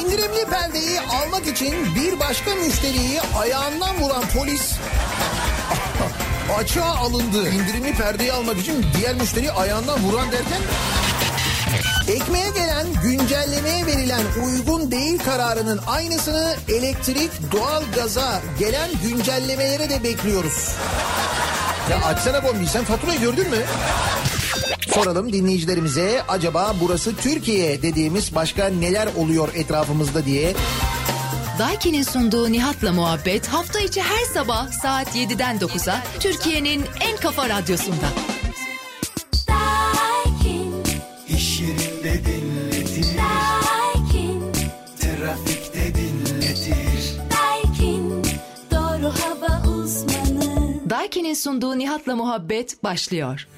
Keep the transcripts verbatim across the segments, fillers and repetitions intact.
İndirimli perdeyi almak için bir başka müşteriyi ayağından vuran polis açığa alındı. İndirimli perdeyi almak için diğer müşteriyi ayağından vuran derken... Ekmeğe gelen güncellemeye verilen uygun değil kararının aynısını elektrik, doğal gaza gelen güncellemelere de bekliyoruz. Ya açsana bombi, sen faturayı gördün mü? Soralım dinleyicilerimize, acaba burası Türkiye dediğimiz başka neler oluyor etrafımızda diye. Daiki'nin sunduğu Nihat'la Muhabbet hafta içi her sabah saat yediden dokuza Türkiye'nin en kafa radyosunda. İş yerinde dinletir, Daikin. Trafikte dinletir, Daikin. Doğru hava uzmanı. Daiki'nin sunduğu Nihat'la Muhabbet başlıyor.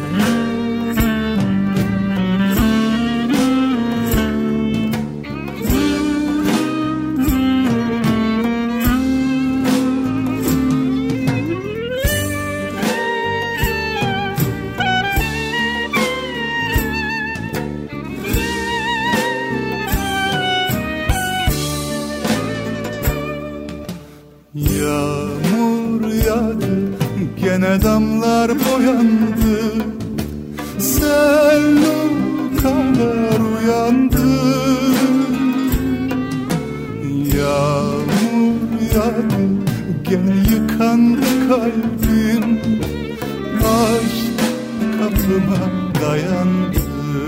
Gene damlar boyandı, sel kadar uyandı. Yağmur yağdı, gene yıkandı kalbim. Aşk kapıma dayandı.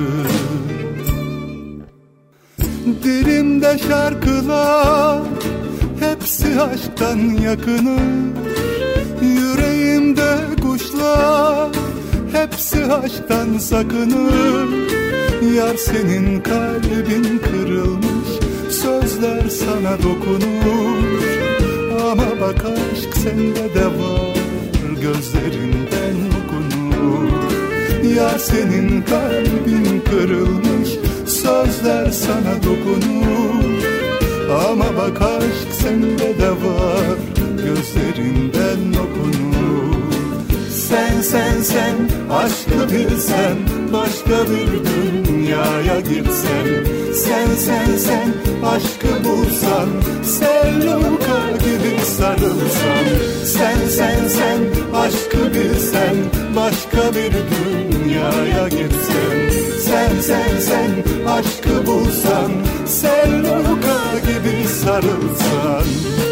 Dilimde şarkılar, hepsi aşktan yakınır. Yüreğimde kuşlar, hepsi aşktan sakınır. Yar senin kalbin kırılmış, sözler sana dokunur. Ama bak aşk sende de var, gözlerinden okunur. Yar senin kalbin kırılmış, sözler sana dokunur. Ama bak aşk sende de var, gözlerinden okunur. Sen sen sen aşkı bilsen, başka bir dünyaya gitsen. Sen sen sen aşkı bulsan, Selluka gibi sarılsan. Sen sen sen aşkı bilsen, başka bir dünyaya gitsen. Sen sen sen aşkı bulsan, Selluka gibi sarılsan.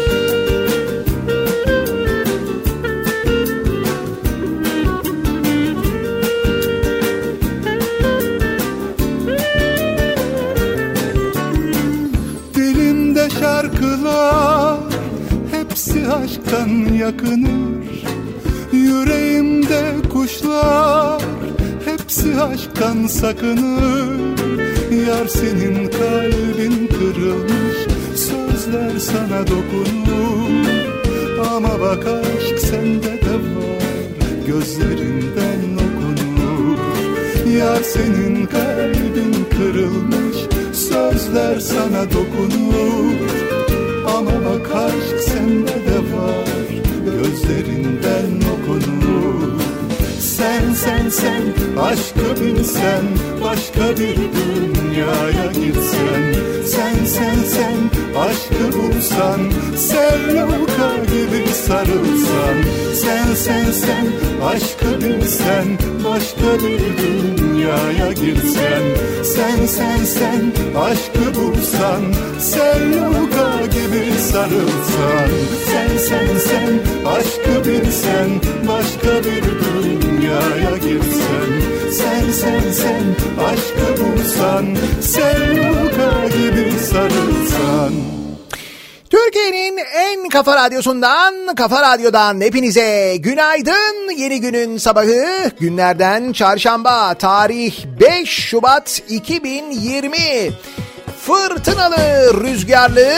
Şarkılar hepsi aşktan yakınır. Yüreğimde kuşlar hepsi aşktan sakınır. Yar senin kalbin kırılmış, sözler sana dokunur. Ama bak aşk sende de var, gözlerinden okunur. Yar senin kalbin kırılmış, sözler sana dokunur. Ama bak aşk sende de var, gözlerinden okunur. Sen sen sen aşkı bilsen, başka bir dünyaya gitsen. Sen sen sen aşkı bulsan, Selluka gibi sarılsan. Sen sen sen aşkı bilsen, başka bir dünyaya girsen. Sen sen sen aşkı bulsan, Selluka gibi sarılsan. Sen sen sen aşkı bilsen, başka bir dünyaya girsen. Sen sen sen aşkı bulsan, Selluka gibi sarılsan. Türkiye'nin en kafa radyosundan, Kafa Radyo'dan hepinize günaydın. Yeni günün sabahı, günlerden çarşamba, tarih beş Şubat iki bin yirmi. Fırtınalı, rüzgarlı,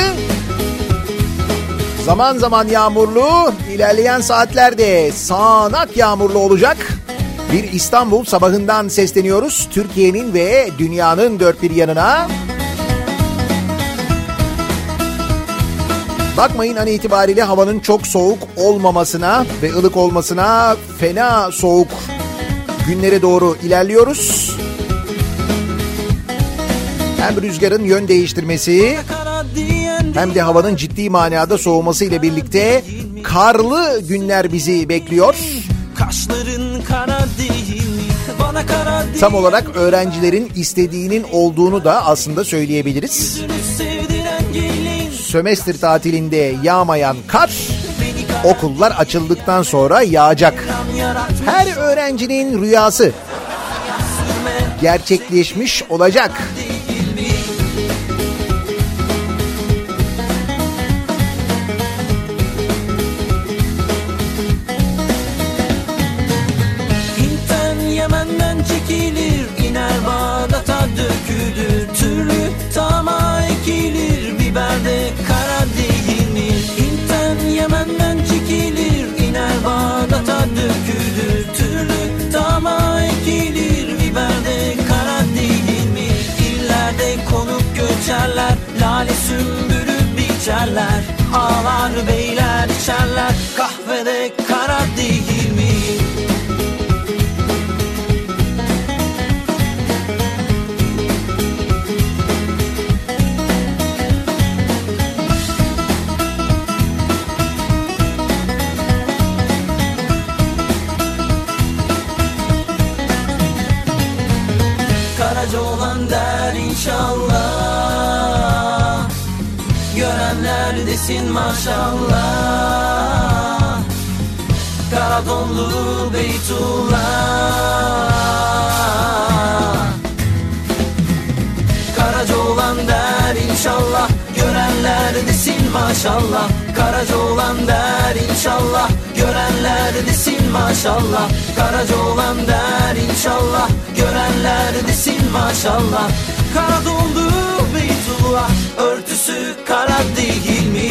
zaman zaman yağmurlu, ilerleyen saatlerde sağanak yağmurlu olacak bir İstanbul sabahından sesleniyoruz. Türkiye'nin ve dünyanın dört bir yanına. Bakmayın an itibariyle havanın çok soğuk olmamasına ve ılık olmasına, fena soğuk günlere doğru ilerliyoruz. Hem rüzgarın yön değiştirmesi hem de havanın ciddi manada soğumasıyla birlikte karlı günler bizi bekliyor. Kaşların kara değil, bana kara değil. Tam olarak öğrencilerin istediğinin olduğunu da aslında söyleyebiliriz. Sömestr tatilinde yağmayan kar, okullar açıldıktan sonra yağacak. Her öğrencinin rüyası gerçekleşmiş olacak. Hint'ten Yemen'den çekilir, iner Bağdat'a dökülür. Türlü tama ekilir, biberde kara değil mi? Hint'ten Yemen'den çekilir, iner Bağdat'a dökülür. Türlü tama ekilir, biberde kara değil mi? İllerde konup göçerler, lale sümbülü biçerler. Ağlar beyler içerler, kahvede kara değil mi? Karaca olan der inşallah, görenler desin maşallah. Karadonlu Beytullah. Karaca olan der inşallah, görenler desin maşallah. Karaca olan der inşallah, görenler desin maşallah. Karaca olan der inşallah, görenler desin maşallah. Kara doldu Beytullah, örtüsü kara değil mi?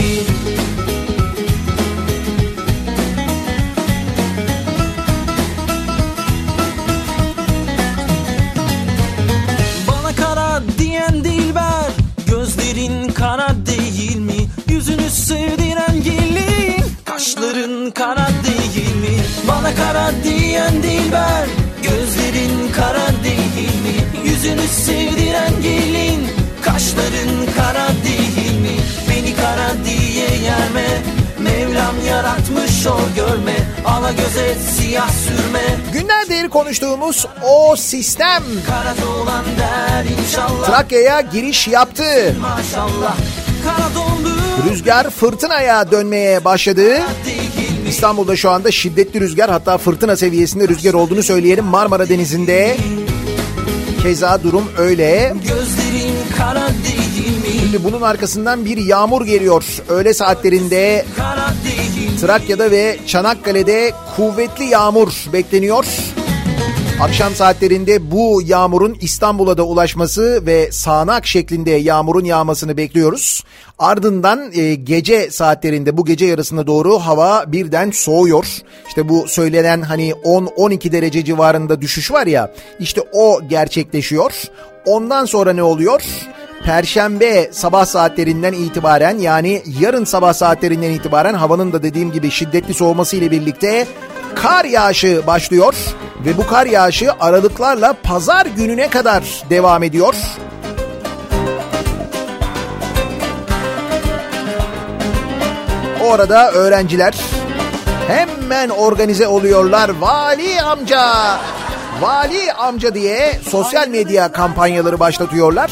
Bana kara diyen dilber, gözlerin kara değil mi? Yüzünü sevdiren gelin, kaşların kara değil mi? Bana kara diyen dilber, gözlerin kara değil mi? Yüzünü sevdiren gelin, kaşların kara değil mi? Beni kara diye yerme, Mevlam yaratmış o görme. Ala göze siyah sürme. Günlerdir konuştuğumuz o sistem Kara dolan der inşallah, Trakya'ya giriş yaptı. maşallah. Kara dondu, Rüzgar fırtınaya dönmeye başladı. İstanbul'da şu anda şiddetli rüzgar, hatta fırtına seviyesinde rüzgar olduğunu söyleyelim. Marmara Denizi'nde keza durum öyle. gözlerin kara değil mi? Şimdi bunun arkasından bir yağmur geliyor. Öğle saatlerinde Kara değil mi? Trakya'da ve Çanakkale'de kuvvetli yağmur bekleniyor. Akşam saatlerinde bu yağmurun İstanbul'a da ulaşması ve sağanak şeklinde yağmurun yağmasını bekliyoruz. Ardından e, gece saatlerinde, bu gece yarısına doğru hava birden soğuyor. İşte bu söylenen hani on on iki derece civarında düşüş var ya, işte o gerçekleşiyor. Ondan sonra ne oluyor? Perşembe sabah saatlerinden itibaren, yani yarın sabah saatlerinden itibaren havanın da dediğim gibi şiddetli soğuması ile birlikte kar yağışı başlıyor. Ve bu kar yağışı aralıklarla pazar gününe kadar devam ediyor. O arada öğrenciler hemen organize oluyorlar. Vali amca, vali amca diye sosyal medya kampanyaları başlatıyorlar.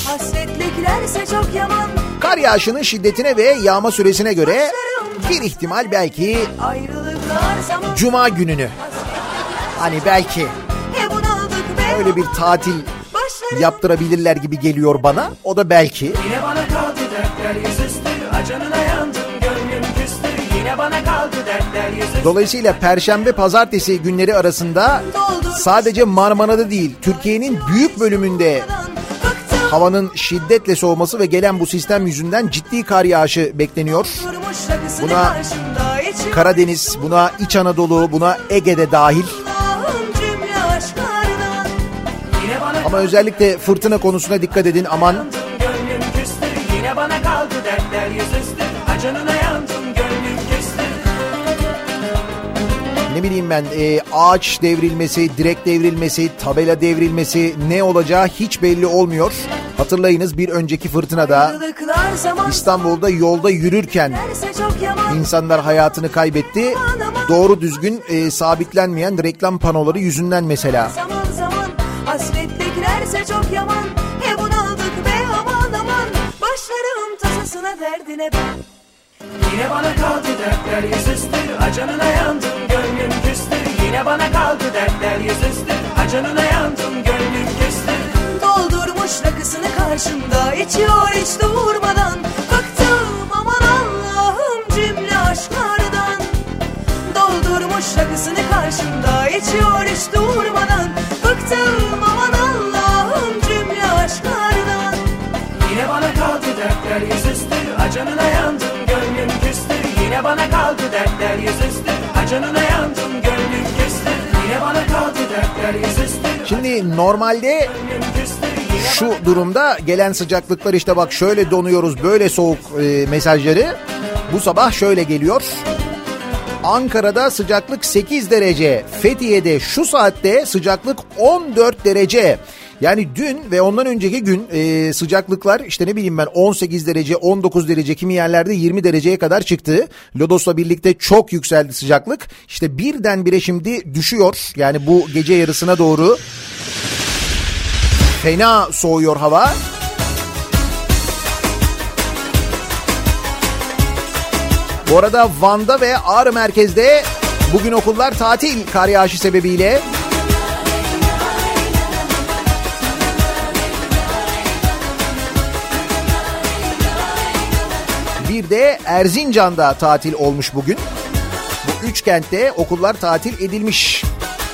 Kar yağışının şiddetine ve yağma süresine göre bir ihtimal belki Cuma gününü, hani belki öyle bir tatil yaptırabilirler gibi geliyor bana. O da belki. Yine bana kaldı dertler yüzüstü, acanına yandım gönlüm küstü. Yine bana kaldı dertler yüzüstü. Dolayısıyla Perşembe Pazartesi günleri arasında sadece Marmara'da değil, Türkiye'nin büyük bölümünde havanın şiddetle soğuması ve gelen bu sistem yüzünden ciddi kar yağışı bekleniyor. Buna Karadeniz, buna İç Anadolu, buna Ege'de dahil. Ama özellikle fırtına konusuna dikkat edin, aman. Gönlüm küstü, yine bana kaldı dertler yüzüstü. Acanına yandım gönlüm küstü. Ne bileyim ben, e, ağaç devrilmesi, direk devrilmesi, tabela devrilmesi, ne olacağı hiç belli olmuyor. Hatırlayınız bir önceki fırtınada İstanbul'da yolda yürürken insanlar hayatını kaybetti. Doğru düzgün e, sabitlenmeyen reklam panoları yüzünden mesela. Zaman zaman hasretliklerse çok yaman. He bunaldık be aman aman. Başlarım tasasına derdine ben. Yine bana kaldı dertler yüzüstü, acanına yandım gönlüm küstü. Yine bana kaldı dertler yüzüstü, acanına yandım gönlüm küstü. Doldurmuş rakısını karşımda, içiyor hiç durmadan. Bıktım aman Allah'ım cümle aşklardan. Doldurmuş rakısını karşımda, içiyor hiç durmadan. Bıktım aman Allah'ım cümle aşklardan. Yine bana kaldı dertler yüzüstü, acanına yandım gönlüm küstü. Yine bana kaldı dertler yüzüstü, acanına yandım gönlüm küstü. Yine bana kaldı dertler yüzüstü. Şimdi normalde şu durumda gelen sıcaklıklar işte bak şöyle donuyoruz böyle soğuk e, mesajları bu sabah şöyle geliyor. Ankara'da sıcaklık sekiz derece, Fethiye'de şu saatte sıcaklık on dört derece. Yani dün ve ondan önceki gün e, sıcaklıklar işte ne bileyim ben on sekiz derece, on dokuz derece, kimi yerlerde yirmi dereceye kadar çıktı. Lodos'la birlikte çok yükseldi sıcaklık. İşte birdenbire şimdi düşüyor. Yani bu gece yarısına doğru fena soğuyor hava. Bu arada Van'da ve Ağrı merkezde bugün okullar tatil kar yağışı sebebiyle. Bir de Erzincan'da tatil olmuş bugün. Bu üç kentte okullar tatil edilmiş.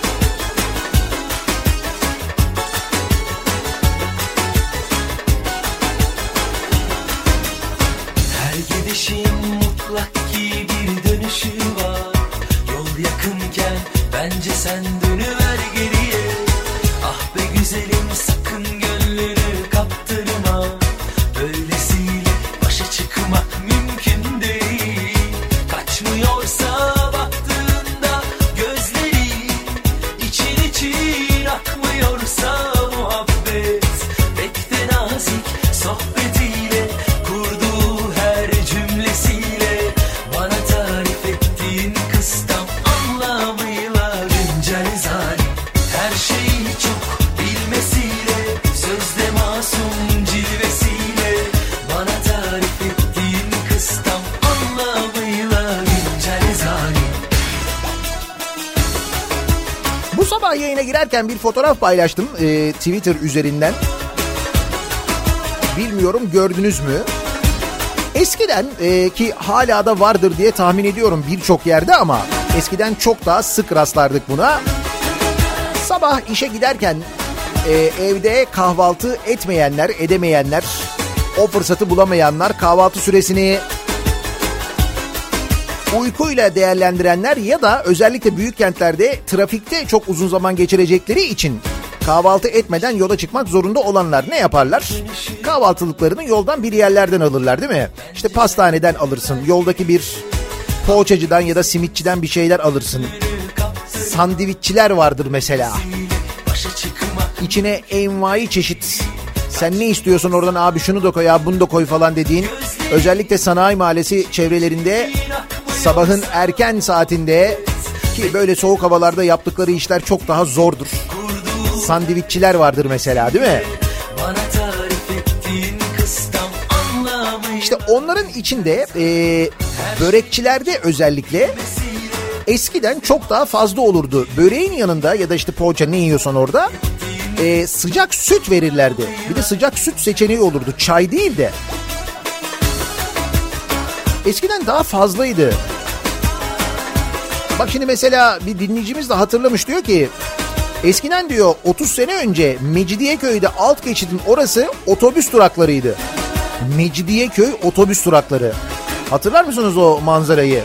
Her gidişin mutlak ki bir dönüşü var. Yol yakınken bence sen dönüver geriye. Ah be güzelim sakın gönlünü kaptırma. Böylesiyle başa çıkmak mümkün değil. Kaçmıyorsa baktığında gözleri, için için akmıyorsa muhabbet. Pek de nazik sohbetiyle, kurduğu her cümlesiyle, bana tarif ettiğin kıstam anlamıyla güncel zalim. Her şeyi çok bilmesiyle, sözde masum cilvesiyle, bana tarif ettiğin kıstam anlamıyla güncel zalim. Bu sabah yayına girerken bir fotoğraf paylaştım e, Twitter üzerinden. Bilmiyorum gördünüz mü? Eskiden e, ki hala da vardır diye tahmin ediyorum birçok yerde ama eskiden çok daha sık rastlardık buna. Sabah işe giderken e, evde kahvaltı etmeyenler, edemeyenler, o fırsatı bulamayanlar, kahvaltı süresini uykuyla değerlendirenler ya da özellikle büyük kentlerde trafikte çok uzun zaman geçirecekleri için kahvaltı etmeden yola çıkmak zorunda olanlar ne yaparlar? Kahvaltılıklarını yoldan bir yerlerden alırlar değil mi? İşte pastaneden alırsın, yoldaki bir poğaçacıdan ya da simitçiden bir şeyler alırsın. Sandviççiler vardır mesela. İçine envai çeşit, sen ne istiyorsun oradan abi şunu da koy ya bunu da koy falan dediğin, özellikle sanayi mahallesi çevrelerinde sabahın erken saatinde ki böyle soğuk havalarda yaptıkları işler çok daha zordur. Sandviççiler vardır mesela değil mi? İşte onların içinde e, börekçilerde özellikle eskiden çok daha fazla olurdu. Böreğin yanında ya da işte poğaça ne yiyorsan orada e, sıcak süt verirlerdi. Bir de sıcak süt seçeneği olurdu. Çay değil de. Eskiden daha fazlaydı. Bak şimdi mesela bir dinleyicimiz de hatırlamış, diyor ki eskiden diyor otuz sene önce Mecidiyeköy'de alt geçidin orası otobüs duraklarıydı. Mecidiyeköy otobüs durakları. Hatırlar mısınız o manzarayı?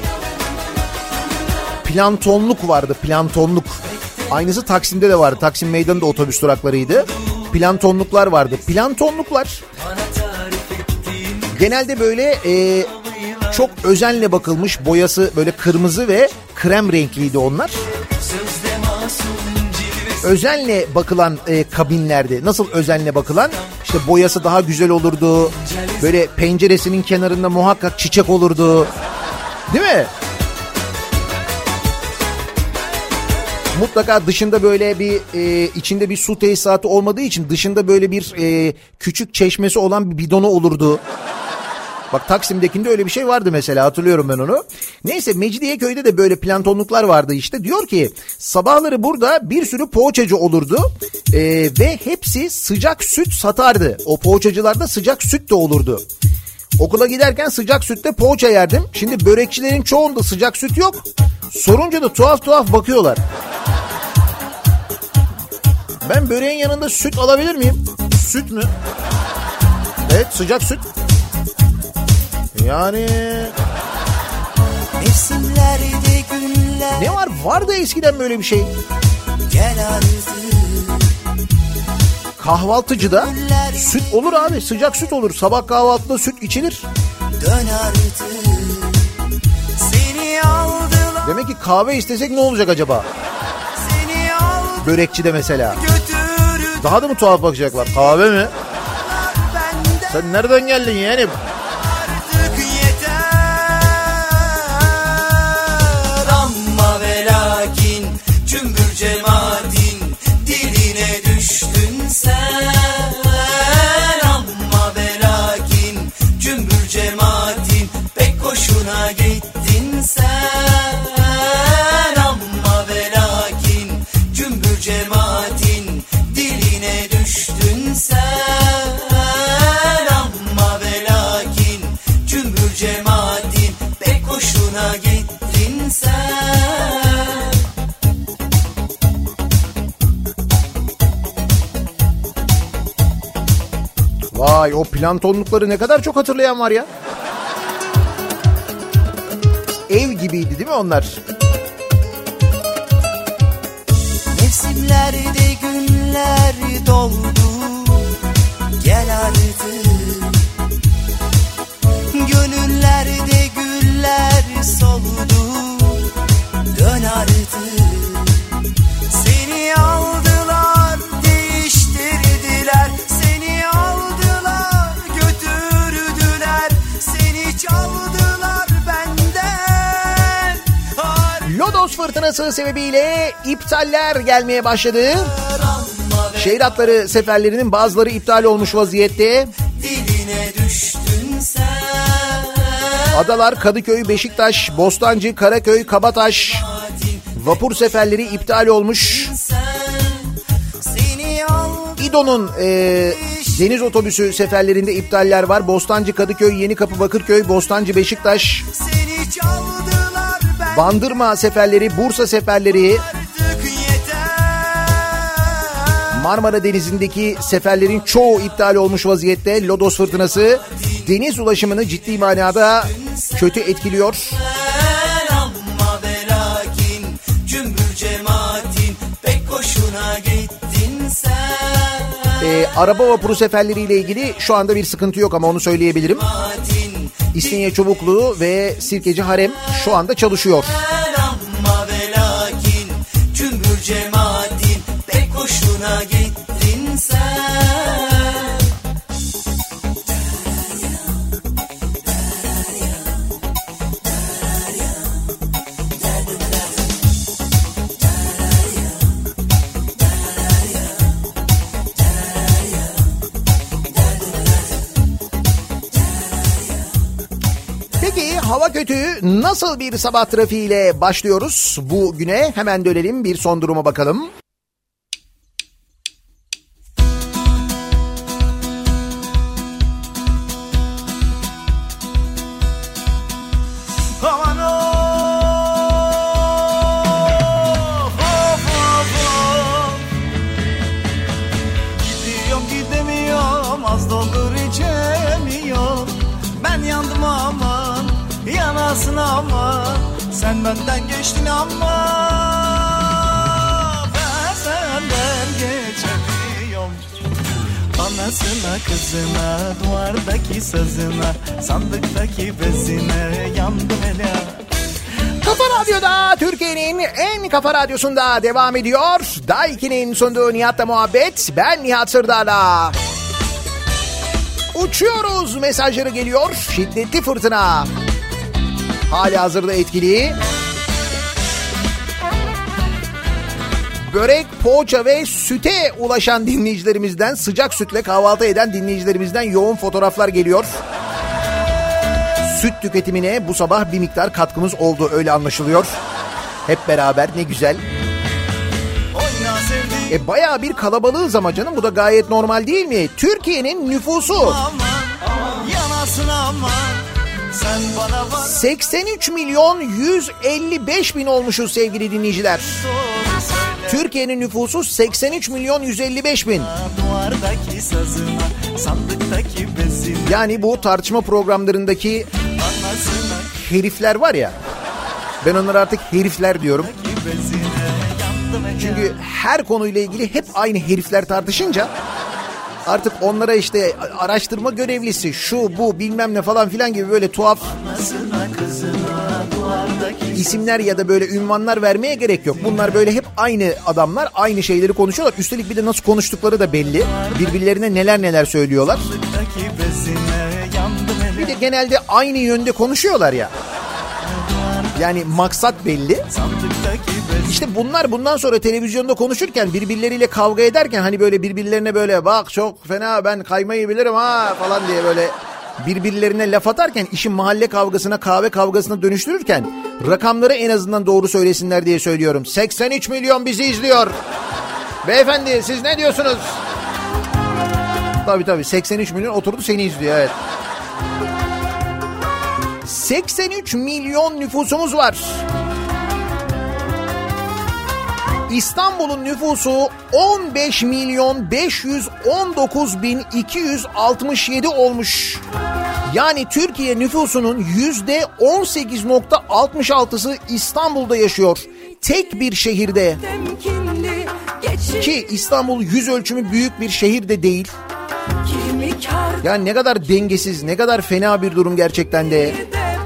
Plantonluk vardı, plantonluk. Aynısı Taksim'de de vardı. Taksim Meydanı'nda otobüs duraklarıydı. Plantonluklar vardı. Plantonluklar genelde böyle e, çok özenle bakılmış, boyası böyle kırmızı ve krem renkliydi onlar. Özenle bakılan e, kabinlerdi. Nasıl özenle bakılan? İşte işte boyası daha güzel olurdu. Böyle penceresinin kenarında muhakkak çiçek olurdu. Değil mi? Mutlaka dışında böyle bir e, içinde bir su tesisatı olmadığı için dışında böyle bir e, küçük çeşmesi olan bir bidonu olurdu. Bak Taksim'dekinde öyle bir şey vardı mesela, hatırlıyorum ben onu. Neyse Mecidiyeköy'de de böyle plantonluklar vardı işte. Diyor ki sabahları burada bir sürü poğaçacı olurdu e, ve hepsi sıcak süt satardı. O poğaçacılarda sıcak süt de olurdu. Okula giderken sıcak sütle poğaça yerdim. Şimdi börekçilerin çoğunda sıcak süt yok. Sorunca da tuhaf tuhaf bakıyorlar. Ben böreğin yanında süt alabilir miyim? Süt mü? Evet, sıcak süt. Yani... Ne var? Vardı eskiden böyle bir şey. Kahvaltıcıda süt olur abi. Sıcak süt olur. Sabah kahvaltıda süt içilir. Demek ki kahve istesek ne olacak acaba? Börekçide mesela. Daha da mı tuhaf bakacaklar? Kahve mi? Sen nereden geldin yani? Cemaatin diline düştün sen, amma ve lakin cümbür cemaatin pek hoşuna gittin sen, amma ve lakin cümbür cemaatin diline düştün sen, amma ve lakin cümbür cemaatin pek hoşuna gittin sen. Vay, o plantonlukları ne kadar çok hatırlayan var ya. Ev gibiydi değil mi onlar? Mevsimlerde günler doldu, gel artık. Gönüllerde güller soldu, dön artık. Seni aldılar, değiştirdiler. Seni aldılar, götürdüler. Seni çaldılar benden. Lodos fırtınası sebebiyle iptaller gelmeye başladı. Şehir hatları seferlerinin bazıları iptal olmuş vaziyette. Adalar, Kadıköy, Beşiktaş, Bostancı, Karaköy, Kabataş vapur seferleri iptal olmuş. İDO'nun e, deniz otobüsü seferlerinde iptaller var. Bostancı, Kadıköy, Yenikapı, Bakırköy, Bostancı, Beşiktaş. Bandırma seferleri, Bursa seferleri. Marmara Denizi'ndeki seferlerin çoğu iptal olmuş vaziyette. Lodos fırtınası deniz ulaşımını ciddi manada kötü etkiliyor. Ee, araba vapuru seferleriyle ilgili şu anda bir sıkıntı yok ama onu söyleyebilirim. İstinye Çubuklu ve Sirkeci Harem şu anda çalışıyor. Hoşuna gittin sen. Peki hava kötü, nasıl bir sabah trafiğiyle başlıyoruz bu güne? Hemen dönelim, bir son duruma bakalım. Ama sen benden geçtin ama ben senden geçemiyorum. Anasına kızına, duvardaki sazına, sandıktaki bezine yandım hele. Kafa Radyo'da, Türkiye'nin en kafa radyosunda devam ediyor. Daiki'nin sunduğu Nihat'la muhabbet. Ben Nihat Sırdar'la. uçuyoruz mesajları geliyor. Şiddetli fırtına hali hazırda etkili. Börek, poğaça ve süte ulaşan dinleyicilerimizden, sıcak sütle kahvaltı eden dinleyicilerimizden yoğun fotoğraflar geliyor. Süt tüketimine bu sabah bir miktar katkımız oldu, öyle anlaşılıyor. Hep beraber ne güzel. E bayağı bir kalabalığız ama canım, bu da gayet normal değil mi? Türkiye'nin nüfusu seksen üç milyon yüz elli beş bin olmuşuz sevgili dinleyiciler. Türkiye'nin nüfusu seksen üç milyon yüz elli beş bin. Yani bu tartışma programlarındaki herifler var ya, ben onlara artık herifler diyorum. Çünkü her konuyla ilgili hep aynı herifler tartışınca artık onlara işte araştırma görevlisi, şu bu bilmem ne falan filan gibi böyle tuhaf isimler ya da böyle ünvanlar vermeye gerek yok. Bunlar böyle hep aynı adamlar, aynı şeyleri konuşuyorlar. Üstelik bir de nasıl konuştukları da belli. Birbirlerine neler neler söylüyorlar. Bir de genelde aynı yönde konuşuyorlar ya. Yani maksat belli. İşte bunlar bundan sonra televizyonda konuşurken, birbirleriyle kavga ederken hani böyle birbirlerine böyle bak çok fena ben kaymayı bilirim ha falan diye böyle birbirlerine laf atarken, işin mahalle kavgasına, kahve kavgasına dönüştürürken rakamları en azından doğru söylesinler diye söylüyorum. seksen üç milyon bizi izliyor. Beyefendi siz ne diyorsunuz? Tabii tabii seksen üç milyon oturdu seni izliyor, evet. seksen üç milyon nüfusumuz var. İstanbul'un nüfusu on beş milyon beş yüz on dokuz bin iki yüz altmış yedi olmuş. Yani Türkiye nüfusunun yüzde on sekiz nokta altmış altısı İstanbul'da yaşıyor. Tek bir şehirde. Ki İstanbul yüz ölçümü büyük bir şehir de değil. Yani ne kadar dengesiz, ne kadar fena bir durum gerçekten de.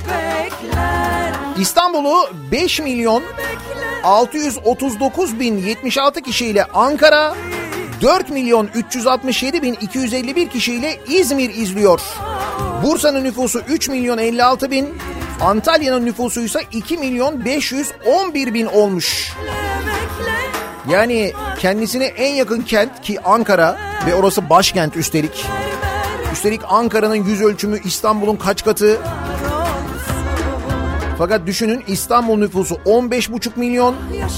İstanbul'u beş milyon altı yüz otuz dokuz bin yetmiş altı kişiyle Ankara, dört milyon üç yüz altmış yedi bin iki yüz elli bir kişiyle İzmir izliyor. Bursa'nın nüfusu üç milyon elli altı bin, Antalya'nın nüfusu ise iki milyon beş yüz on bir bin olmuş. Yani kendisine en yakın kent ki Ankara ve orası başkent üstelik. Üstelik Ankara'nın yüz ölçümü İstanbul'un kaç katı? Fakat düşünün, İstanbul nüfusu on beş buçuk milyon,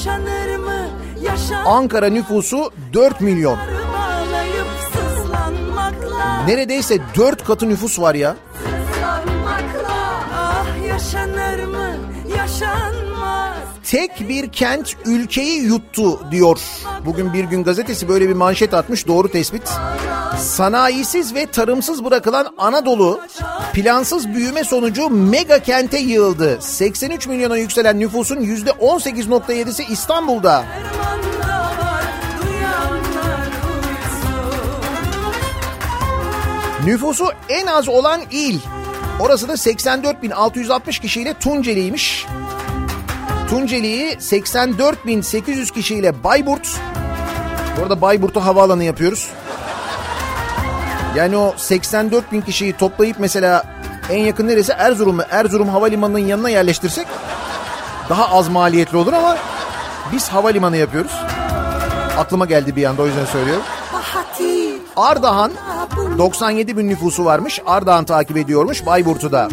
Ankara nüfusu dört milyon. Neredeyse dört katı nüfus var ya. Tek bir kent ülkeyi yuttu diyor. Bugün Bir Gün Gazetesi böyle bir manşet atmış, doğru tespit. Sanayisiz ve tarımsız bırakılan Anadolu plansız büyüme sonucu mega kente yığıldı. seksen üç milyona yükselen nüfusun yüzde on sekiz nokta yedisi İstanbul'da. Nüfusu en az olan il, orası da seksen dört bin altı yüz altmış kişiyle Tunceli'ymiş. Tunceli'yi seksen dört bin sekiz yüz kişiyle Bayburt. Bu arada Bayburt'ta havaalanı yapıyoruz. Yani o seksen dört bin kişiyi toplayıp mesela en yakın neresi? Erzurum mu? Erzurum Havalimanı'nın yanına yerleştirsek daha az maliyetli olur ama biz havalimanı yapıyoruz. Aklıma geldi bir anda, o yüzden söylüyorum. Ardahan doksan yedi bin nüfusu varmış. Ardahan takip ediyormuş Bayburt'u da.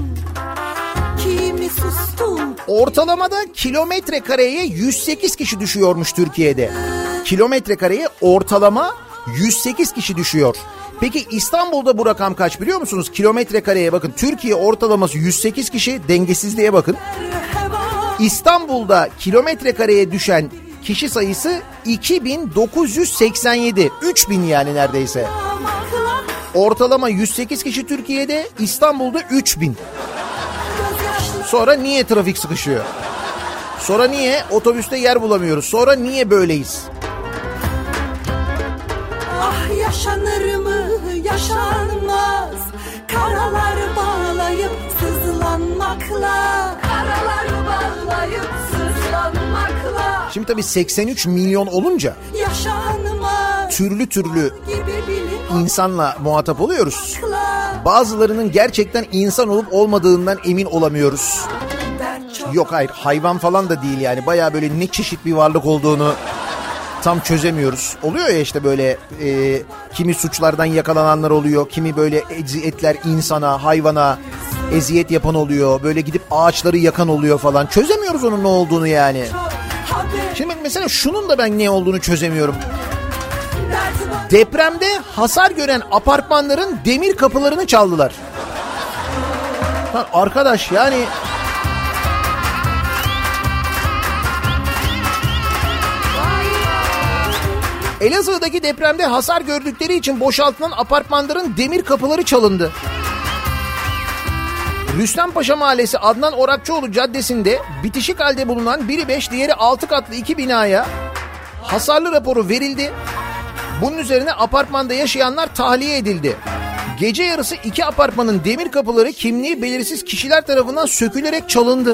Ortalamada kilometre kareye yüz sekiz kişi düşüyormuş Türkiye'de. Kilometre kareye ortalama yüz sekiz kişi düşüyor. Peki İstanbul'da bu rakam kaç biliyor musunuz? Kilometre kareye bakın, Türkiye ortalaması yüz sekiz kişi, dengesizliğe bakın. İstanbul'da kilometre kareye düşen kişi sayısı iki bin dokuz yüz seksen yedi. üç bin yani neredeyse. Ortalama yüz sekiz kişi Türkiye'de, İstanbul'da üç bin. Sonra niye trafik sıkışıyor? Sonra niye otobüste yer bulamıyoruz? Sonra niye böyleyiz? Ah yaşanır mı yaşanmaz, karalar bağlayıp sızlanmakla, karalar bağlayıp sızlanmakla. Şimdi tabii seksen üç milyon olunca yaşanmaz, türlü türlü insanla muhatap oluyoruz. Bazılarının gerçekten insan olup olmadığından emin olamıyoruz. Yok hayır, hayvan falan da değil yani. Bayağı böyle ne çeşit bir varlık olduğunu tam çözemiyoruz. Oluyor ya işte böyle e, kimi suçlardan yakalananlar oluyor. Kimi böyle eziyetler insana, hayvana eziyet yapan oluyor. Böyle gidip ağaçları yakan oluyor falan. Çözemiyoruz onun ne olduğunu yani. Şimdi mesela şunun da ben ne olduğunu çözemiyorum. Depremde hasar gören apartmanların demir kapılarını çaldılar. Lan arkadaş yani... Elazığ'daki depremde hasar gördükleri için boşaltılan apartmanların demir kapıları çalındı. Rüstempaşa Mahallesi Adnan Orakçıoğlu Caddesi'nde bitişik halde bulunan biri beş diğeri altı katlı iki binaya hasarlı raporu verildi. Bunun üzerine apartmanda yaşayanlar tahliye edildi. Gece yarısı iki apartmanın demir kapıları kimliği belirsiz kişiler tarafından sökülerek çalındı.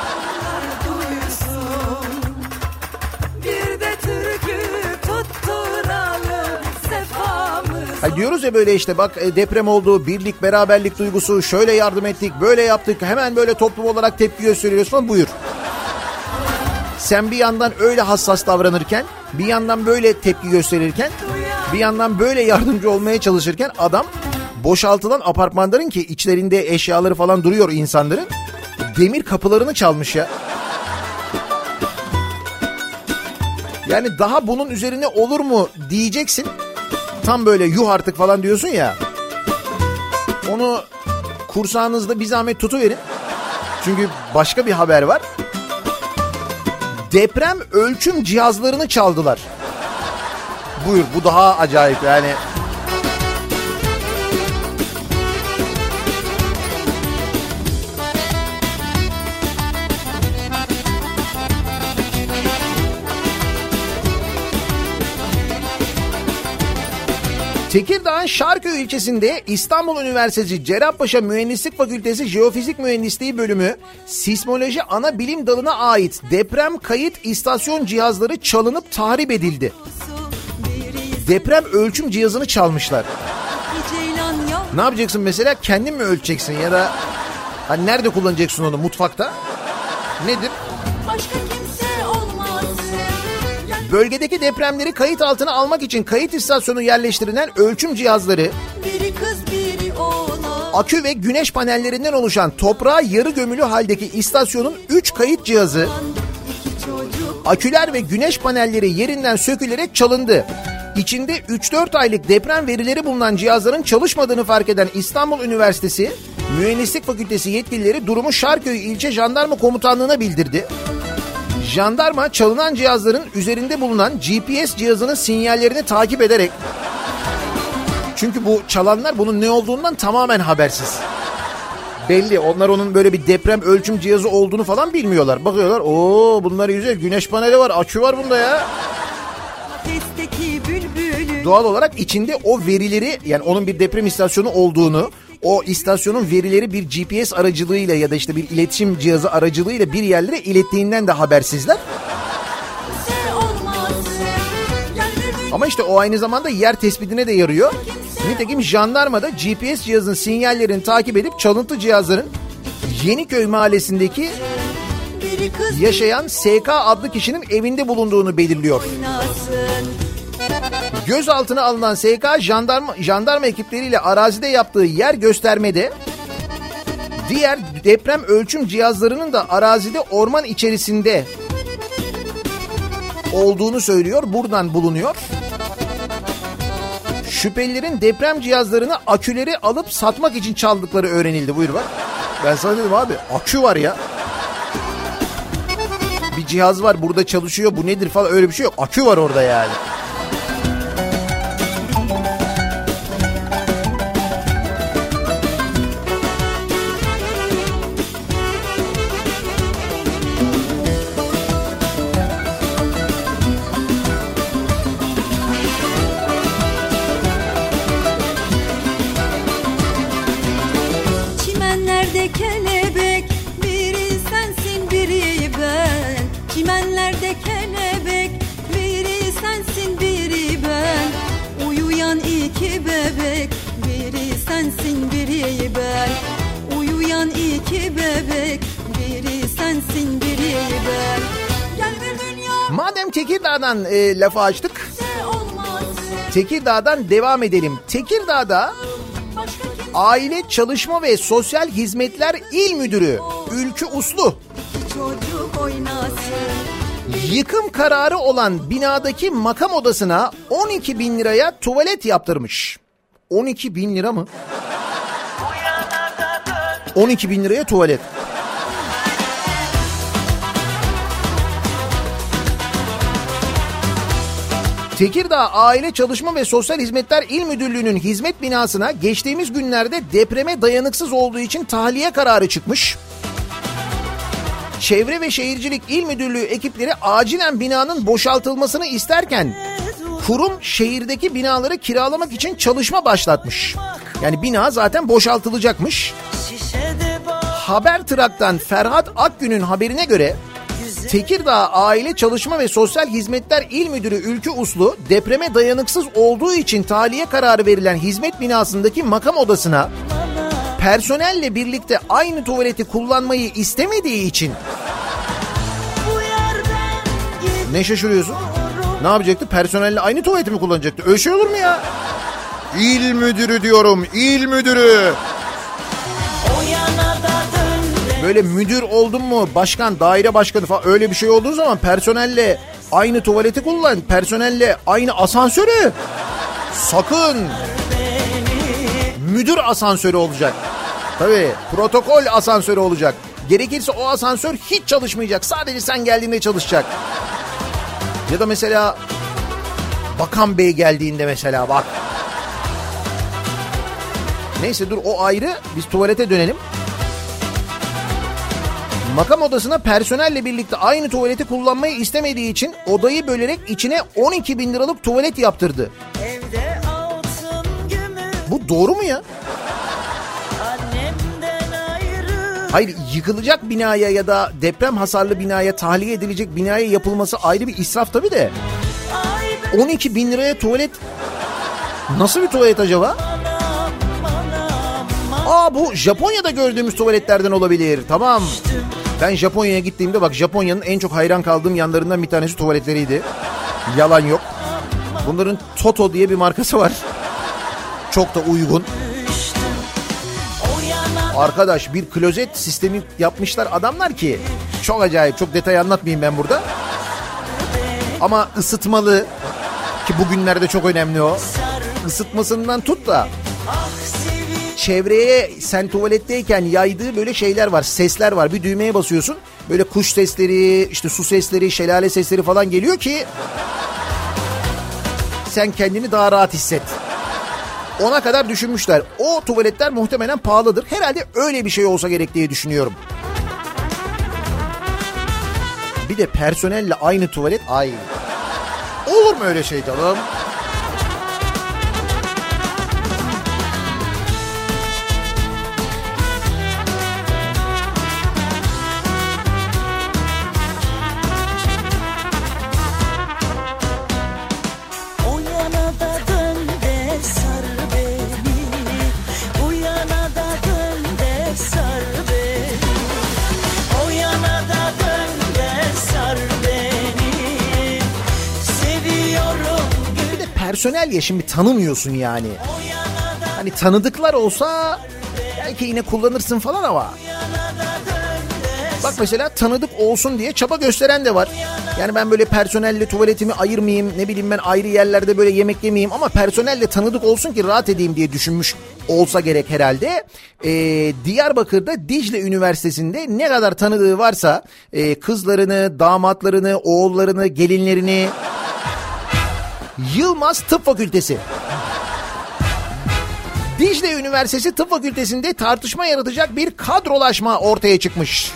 Hayır diyoruz ya böyle işte bak deprem oldu, birlik beraberlik duygusu, şöyle yardım ettik, böyle yaptık, hemen böyle toplum olarak tepki gösteriyoruz falan, buyur. Sen bir yandan öyle hassas davranırken, bir yandan böyle tepki gösterirken, bir yandan böyle yardımcı olmaya çalışırken adam boşaltılan apartmanların ki içlerinde eşyaları falan duruyor insanların, demir kapılarını çalmış ya. Yani daha bunun üzerine olur mu diyeceksin. Tam böyle yuh artık falan diyorsun ya. Onu kursağınızda bir zahmet tutuverin. Çünkü başka bir haber var. Deprem ölçüm cihazlarını çaldılar. Buyur, bu daha acayip yani. Tekirdağ'ın Şarköy ilçesinde İstanbul Üniversitesi Cerrahpaşa Mühendislik Fakültesi Jeofizik Mühendisliği Bölümü Sismoloji Ana Bilim Dalı'na ait deprem kayıt istasyon cihazları çalınıp tahrip edildi. Deprem ölçüm cihazını çalmışlar. Ne yapacaksın mesela? Kendin mi ölçeceksin ya da hani nerede kullanacaksın onu? Mutfakta? Nedir? Başka kimse olmaz. Bölgedeki depremleri kayıt altına almak için kayıt istasyonu yerleştirilen ölçüm cihazları, biri kız, biri oğlan, akü ve güneş panellerinden oluşan toprağa yarı gömülü haldeki istasyonun üç kayıt cihazı, aküler ve güneş panelleri yerinden sökülerek çalındı. İçinde üç dört aylık deprem verileri bulunan cihazların çalışmadığını fark eden İstanbul Üniversitesi Mühendislik Fakültesi yetkilileri durumu Şarköy İlçe Jandarma Komutanlığı'na bildirdi. Jandarma çalınan cihazların üzerinde bulunan G P S cihazının sinyallerini takip ederek, çünkü bu çalanlar bunun ne olduğundan tamamen habersiz. Belli, onlar onun böyle bir deprem ölçüm cihazı olduğunu falan bilmiyorlar. Bakıyorlar, ooo bunlar güzel, güneş paneli var, akü var bunda ya. Doğal olarak içinde o verileri, yani onun bir deprem istasyonu olduğunu, o istasyonun verileri bir G P S aracılığıyla ya da işte bir iletişim cihazı aracılığıyla bir yerlere ilettiğinden de habersizler. Ama işte o aynı zamanda yer tespitine de yarıyor. Nitekim jandarma da G P S cihazının sinyallerini takip edip çalıntı cihazların Yeniköy mahallesindeki yaşayan S K adlı kişinin evinde bulunduğunu belirliyor. Gözaltına alınan S K jandarma, jandarma ekipleriyle arazide yaptığı yer göstermede diğer deprem ölçüm cihazlarının da arazide orman içerisinde olduğunu söylüyor. Buradan bulunuyor. Şüphelilerin deprem cihazlarını, aküleri alıp satmak için çaldıkları öğrenildi. Buyur bak. Ben sana dedim abi, akü var ya. Bir cihaz var burada çalışıyor, bu nedir falan, öyle bir şey yok. Akü var orada yani. Bebek, biri sensin, biri biri ben. Uyuyan iki bebek, biri sensin biri ben. Gel bir dünya. Madem Tekirdağ'dan e, lafı açtık, Tekirdağ'dan devam edelim. Tekirdağ'da Aile Çalışma ve Sosyal Hizmetler İl Müdürü Ülkü Uslu yıkım kararı olan binadaki makam odasına on iki bin liraya tuvalet yaptırmış. on iki bin lira mı? on iki bin liraya tuvalet. Tekirdağ Aile Çalışma ve Sosyal Hizmetler İl Müdürlüğü'nün hizmet binasına geçtiğimiz günlerde depreme dayanıksız olduğu için tahliye kararı çıkmış. Çevre ve Şehircilik İl Müdürlüğü ekipleri acilen binanın boşaltılmasını isterken kurum şehirdeki binaları kiralamak için çalışma başlatmış. Yani bina zaten boşaltılacakmış. Habertrak'tan Ferhat Akgün'ün haberine göre Tekirdağ Aile Çalışma ve Sosyal Hizmetler İl Müdürü Ülkü Uslu depreme dayanıksız olduğu için tahliye kararı verilen hizmet binasındaki makam odasına personelle birlikte aynı tuvaleti kullanmayı istemediği için... Ne şaşırıyorsun? Ne yapacaktı? Personelle aynı tuvaleti mi kullanacaktı? Öyle şey olur mu ya? İl müdürü diyorum, il müdürü. Böyle müdür oldun mu, başkan, daire başkanı falan öyle bir şey olduğu zaman personelle aynı tuvaleti kullan, personelle aynı asansörü. Sakın. Müdür asansörü olacak. Tabii protokol asansörü olacak. Gerekirse o asansör hiç çalışmayacak. Sadece sen geldiğinde çalışacak. Ya da mesela Bakan Bey geldiğinde mesela bak. Neyse dur o ayrı, biz tuvalete dönelim. Makam odasına personelle birlikte aynı tuvaleti kullanmayı istemediği için odayı bölerek içine on iki bin liralık tuvalet yaptırdı. Bu doğru mu ya? Hayır, yıkılacak binaya ya da deprem hasarlı binaya, tahliye edilecek binaya yapılması ayrı bir israf tabii de. on iki bin liraya tuvalet nasıl bir tuvalet acaba? Aa, bu Japonya'da gördüğümüz tuvaletlerden olabilir. Tamam. Ben Japonya'ya gittiğimde bak, Japonya'nın en çok hayran kaldığım yanlarından bir tanesi tuvaletleriydi. Yalan yok. Bunların Toto diye bir markası var. Çok da uygun. Arkadaş, bir klozet sistemi yapmışlar adamlar ki çok acayip, çok detay anlatmayayım ben burada. Ama ısıtmalı, ki bugünlerde çok önemli o. Isıtmasından tut da çevreye sen tuvaletteyken yaydığı böyle şeyler var, sesler var. Bir düğmeye basıyorsun, böyle kuş sesleri, işte su sesleri, şelale sesleri falan geliyor ki sen kendini daha rahat hisset. Ona kadar düşünmüşler. O tuvaletler muhtemelen pahalıdır. Herhalde öyle bir şey olsa gerek diye düşünüyorum. Bir de personelle aynı tuvalet. Ay. Olur mu öyle şey canım? Personel ya, şimdi tanımıyorsun yani. Hani tanıdıklar olsa belki yine kullanırsın falan ama. Bak mesela tanıdık olsun diye çaba gösteren de var. Yani ben böyle personelle tuvaletimi ayırmayayım, ne bileyim ben ayrı yerlerde böyle yemek yemeyeyim ama personelle tanıdık olsun ki rahat edeyim diye düşünmüş olsa gerek herhalde. Ee, Diyarbakır'da Dicle Üniversitesi'nde ne kadar tanıdığı varsa e, kızlarını, damatlarını, oğullarını, gelinlerini... Yılmaz Tıp Fakültesi. Dicle Üniversitesi Tıp Fakültesi'nde tartışma yaratacak bir kadrolaşma ortaya çıkmış.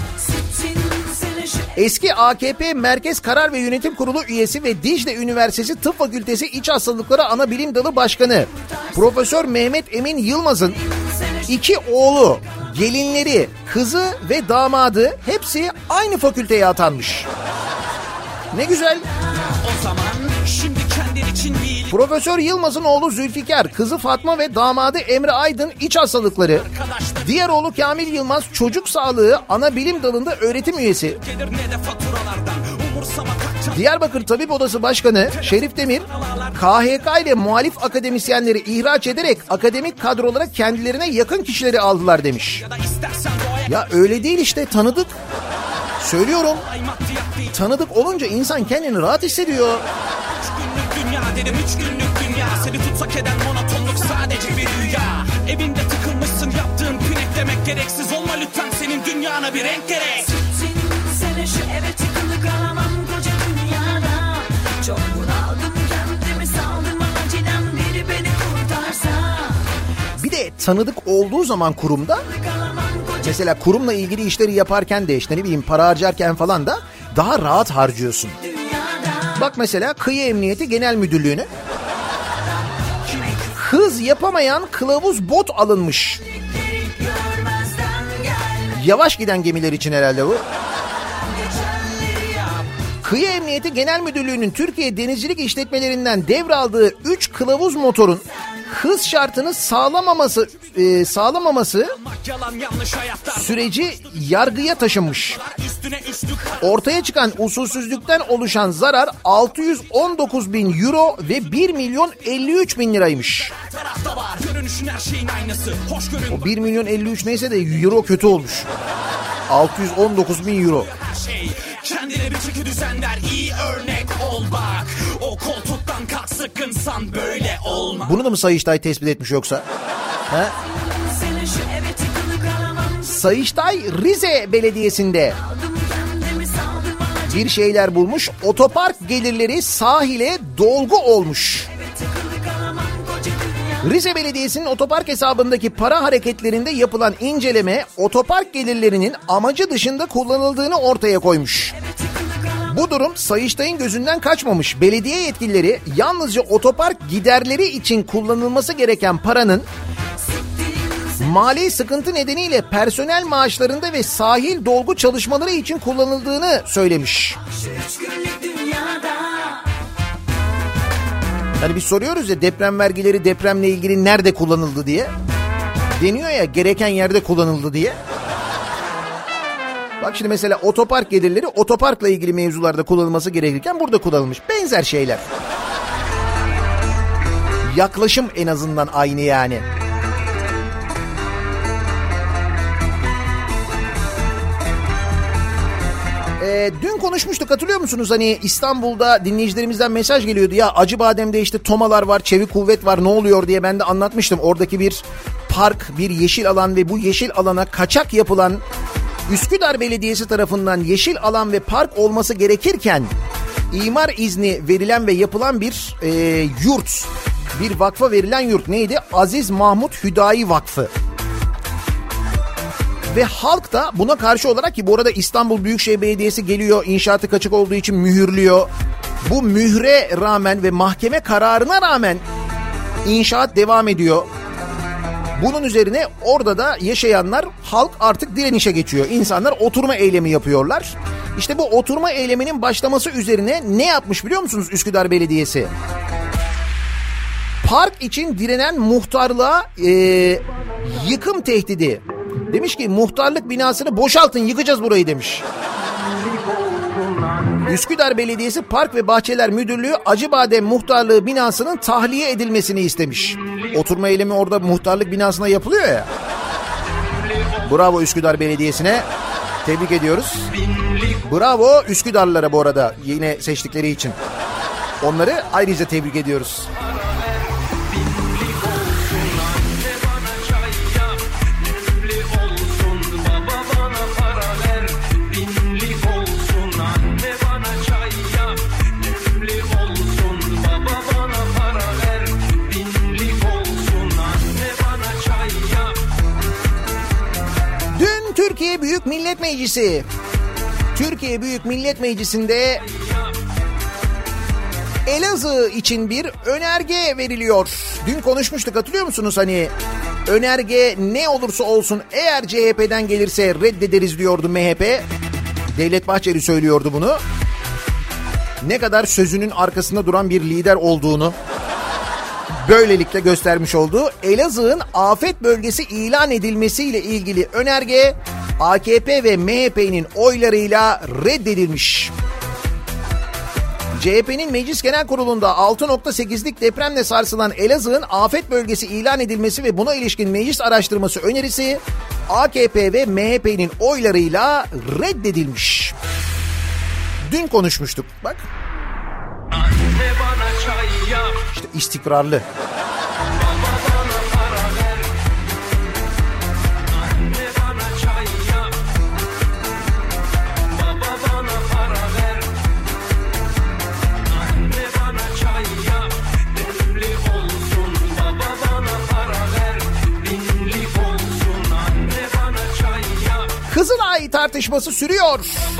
Eski A K P Merkez Karar ve Yönetim Kurulu üyesi ve Dicle Üniversitesi Tıp Fakültesi İç Hastalıkları Anabilim Dalı Başkanı Profesör Mehmet Emin Yılmaz'ın iki oğlu, gelinleri, kızı ve damadı hepsi aynı fakülteye atanmış. Ne güzel. O zaman şimdi kendin için bir Profesör Yılmaz'ın oğlu Zülfikar, kızı Fatma ve damadı Emre Aydın iç hastalıkları. Diğer oğlu Kamil Yılmaz çocuk sağlığı ana bilim dalında öğretim üyesi. Diyarbakır Tabip Odası Başkanı Şerif Demir, K H K ile muhalif akademisyenleri ihraç ederek akademik kadrolara kendilerine yakın kişileri aldılar demiş. Ya öyle değil işte, tanıdık. Söylüyorum. Tanıdık olunca insan kendini rahat hissediyor. Üç günlük dünya dedim, üç günlük dünya. Seni tutsak eden monotonluk sadece bir rüya. Evinde tıkılmışsın, yaptığın pinek demek gereksiz. Olma lütfen, senin dünyana bir renk gerek. Sene şu eve tıkılı kalamam koca dünyada. Çok bunaldım, kendimi saldım, acilen biri beni kurtarsa. Bir de tanıdık olduğu zaman kurumda, mesela kurumla ilgili işleri yaparken de işte ne bileyim para harcarken falan da daha rahat harcıyorsun. Bak mesela Kıyı Emniyeti Genel Müdürlüğü'ne hız yapamayan kılavuz bot alınmış. Yavaş giden gemiler için herhalde bu. Kıyı Emniyeti Genel Müdürlüğü'nün Türkiye Denizcilik İşletmelerinden devraldığı üç kılavuz motorun hız şartını sağlamaması e, sağlamaması süreci yargıya taşınmış. Ortaya çıkan usulsüzlükten oluşan zarar altı yüz on dokuz bin euro ve bir milyon elli üç bin liraymış. O bir milyon elli üç neyse de euro kötü olmuş. altı yüz on dokuz bin euro. Kendine bir çeki düzenler, iyi örnek ol bak. O koltuktan kalk, sıkınsan böyle olma. Bunu da mı Sayıştay tespit etmiş yoksa? He? Sayıştay Rize Belediyesi'nde bir şeyler bulmuş. Otopark gelirleri sahile dolgu olmuş. Rize Belediyesi'nin otopark hesabındaki para hareketlerinde yapılan inceleme otopark gelirlerinin amacı dışında kullanıldığını ortaya koymuş. Bu durum Sayıştay'ın gözünden kaçmamış. Belediye yetkilileri yalnızca otopark giderleri için kullanılması gereken paranın mali sıkıntı nedeniyle personel maaşlarında ve sahil dolgu çalışmaları için kullanıldığını söylemiş. Hani biz soruyoruz ya, deprem vergileri depremle ilgili nerede kullanıldı diye. Deniyor ya, gereken yerde kullanıldı diye. Bak şimdi mesela otopark gelirleri otoparkla ilgili mevzularda kullanılması gerekirken burada kullanılmış. Benzer şeyler. Yaklaşım en azından aynı yani. Ee, dün konuşmuştuk, hatırlıyor musunuz? Hani İstanbul'da dinleyicilerimizden mesaj geliyordu. Ya Acıbadem'de işte tomalar var, çevik kuvvet var, ne oluyor diye ben de anlatmıştım. Oradaki bir park, bir yeşil alan ve bu yeşil alana kaçak yapılan, Üsküdar Belediyesi tarafından yeşil alan ve park olması gerekirken imar izni verilen ve yapılan bir e, yurt, bir vakfa verilen yurt neydi? Aziz Mahmut Hüdayi Vakfı. Ve halk da buna karşı olarak, ki bu arada İstanbul Büyükşehir Belediyesi geliyor, inşaatı kaçak olduğu için mühürlüyor. Bu mühre rağmen ve mahkeme kararına rağmen inşaat devam ediyor. Bunun üzerine orada da yaşayanlar, halk artık direnişe geçiyor. İnsanlar oturma eylemi yapıyorlar. İşte bu oturma eyleminin başlaması üzerine ne yapmış biliyor musunuz Üsküdar Belediyesi? Park için direnen muhtarlığa e, yıkım tehdidi. Demiş ki muhtarlık binasını boşaltın, yıkacağız burayı demiş. Üsküdar Belediyesi Park ve Bahçeler Müdürlüğü Acıbadem Muhtarlığı binasının tahliye edilmesini istemiş. Oturma eylemi orada muhtarlık binasına yapılıyor ya. Bravo Üsküdar Belediyesi'ne. Tebrik ediyoruz. Bravo Üsküdarlılara bu arada yine seçtikleri için. Onları ayrıca tebrik ediyoruz. Türkiye Büyük Millet Meclisi. Türkiye Büyük Millet Meclisi'nde Elazığ için bir önerge veriliyor. Dün konuşmuştuk, hatırlıyor musunuz? Hani önerge ne olursa olsun eğer C H P'den gelirse reddederiz diyordu M H P. Devlet Bahçeli söylüyordu bunu. Ne kadar sözünün arkasında duran bir lider olduğunu böylelikle göstermiş olduğu Elazığ'ın afet bölgesi ilan edilmesiyle ilgili önerge A K P ve M H P'nin oylarıyla reddedilmiş. C H P'nin Meclis Genel Kurulu'nda altı nokta sekizlik depremle sarsılan Elazığ'ın afet bölgesi ilan edilmesi ve buna ilişkin meclis araştırması önerisi A K P ve M H P'nin oylarıyla reddedilmiş. Dün konuşmuştuk bak. İşte istikrarlı. Kızılay tartışması sürüyor.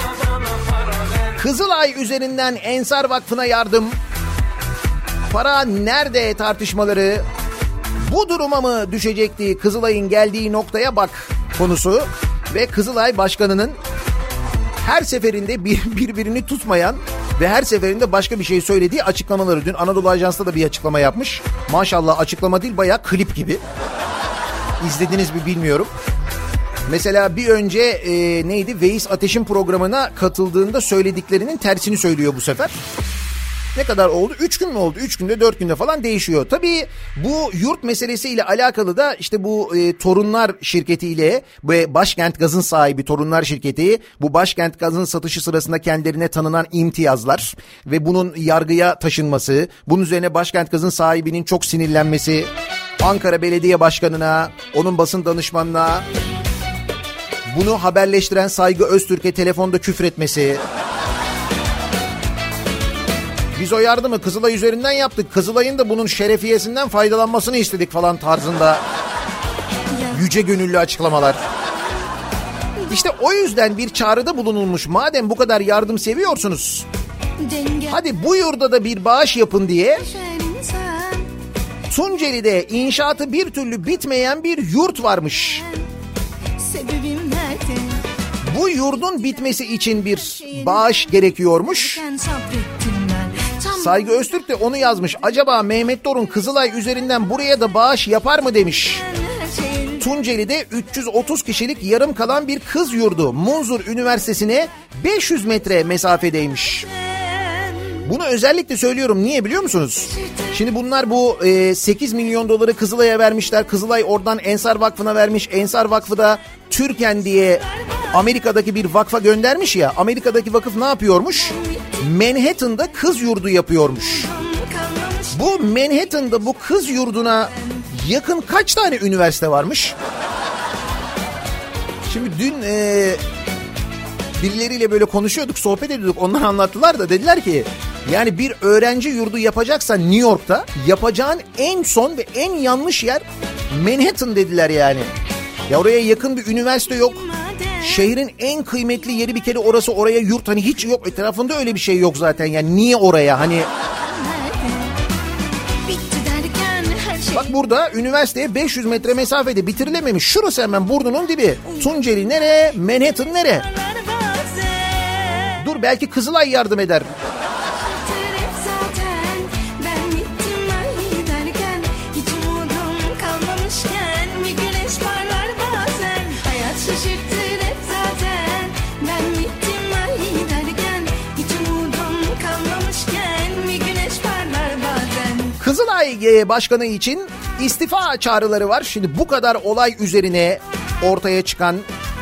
Kızılay üzerinden Ensar Vakfı'na yardım. Para nerede tartışmaları? Bu duruma mı düşecekti Kızılay'ın geldiği noktaya bak konusu. Ve Kızılay Başkanı'nın her seferinde bir, birbirini tutmayan ve her seferinde başka bir şey söylediği açıklamaları. Dün Anadolu Ajans'ta da bir açıklama yapmış. Maşallah açıklama değil, bayağı klip gibi. İzlediniz mi bilmiyorum. Mesela bir önce e, neydi Veys Ateş'in programına katıldığında söylediklerinin tersini söylüyor bu sefer. Ne kadar oldu? Üç gün mü oldu? Üç günde dört günde falan değişiyor. Tabii bu yurt meselesiyle alakalı da işte bu e, Torunlar şirketiyle ve Başkent Gaz'ın sahibi Torunlar şirketi, bu Başkent Gaz'ın satışı sırasında kendilerine tanınan imtiyazlar ve bunun yargıya taşınması, bunun üzerine Başkent Gaz'ın sahibinin çok sinirlenmesi, Ankara Belediye Başkanı'na, onun basın danışmanına, bunu haberleştiren Saygı Öztürk'e telefonda küfretmesi. Biz o yardımı Kızılay üzerinden yaptık. Kızılay'ın da bunun şerefiyesinden faydalanmasını istedik falan tarzında yüce gönüllü açıklamalar. İşte o yüzden bir çağrıda bulunulmuş. Madem bu kadar yardım seviyorsunuz, hadi bu yurda da bir bağış yapın diye Tunceli'de inşaatı bir türlü bitmeyen bir yurt varmış. Bu yurdun bitmesi için bir bağış gerekiyormuş. Saygı Öztürk de onu yazmış. Acaba Mehmet Dorun Kızılay üzerinden buraya da bağış yapar mı demiş. Tunceli'de üç yüz otuz kişilik yarım kalan bir kız yurdu Munzur Üniversitesi'ne beş yüz metre mesafedeymiş. Bunu özellikle söylüyorum. Niye biliyor musunuz? Şimdi bunlar bu e, sekiz milyon doları Kızılay'a vermişler. Kızılay oradan Ensar Vakfı'na vermiş. Ensar Vakfı da Türken diye Amerika'daki bir vakfa göndermiş ya. Amerika'daki vakıf ne yapıyormuş? Manhattan'da kız yurdu yapıyormuş. Bu Manhattan'da bu kız yurduna yakın kaç tane üniversite varmış? Şimdi dün e, birileriyle böyle konuşuyorduk, sohbet ediyorduk. Onlar anlattılar da dediler ki yani bir öğrenci yurdu yapacaksan New York'ta yapacağın en son ve en yanlış yer Manhattan dediler yani. Ya oraya yakın bir üniversite yok. Şehrin en kıymetli yeri bir kere orası, oraya yurt hani hiç yok. Etrafında öyle bir şey yok zaten yani niye oraya hani... Bak burada üniversiteye beş yüz metre mesafede bitirilememiş. Şurası hemen burnunun dibi. Tunceli nere? Manhattan nere? Dur belki Kızılay yardım eder. Kızılay Başkanı için istifa çağrıları var. Şimdi bu kadar olay üzerine ortaya çıkan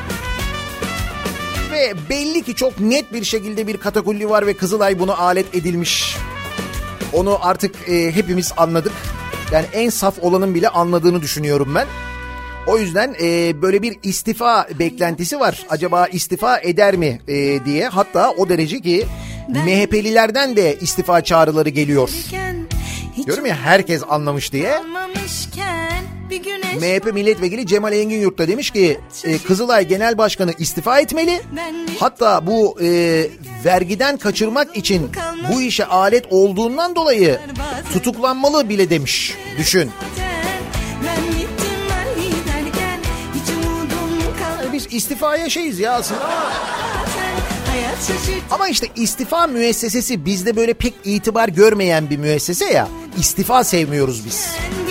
ve belli ki çok net bir şekilde bir katakulli var ve Kızılay bunu alet edilmiş. Onu artık e, hepimiz anladık. Yani en saf olanın bile anladığını düşünüyorum ben. O yüzden e, böyle bir istifa beklentisi var. Acaba istifa eder mi e, diye. Hatta o derece ki M H P'lilerden de istifa çağrıları geliyor. Diyorum ya herkes anlamış diye. M H P milletvekili Cemal Engin da demiş ki e, Kızılay Genel Başkanı istifa etmeli. Hatta bu e, vergiden kaçırmak için bu işe alet olduğundan dolayı tutuklanmalı bile demiş. Düşün. Biz istifaya şeyiz ya aslında ama... Ama işte istifa müessesesi bizde böyle pek itibar görmeyen bir müessese ya. İstifa sevmiyoruz biz.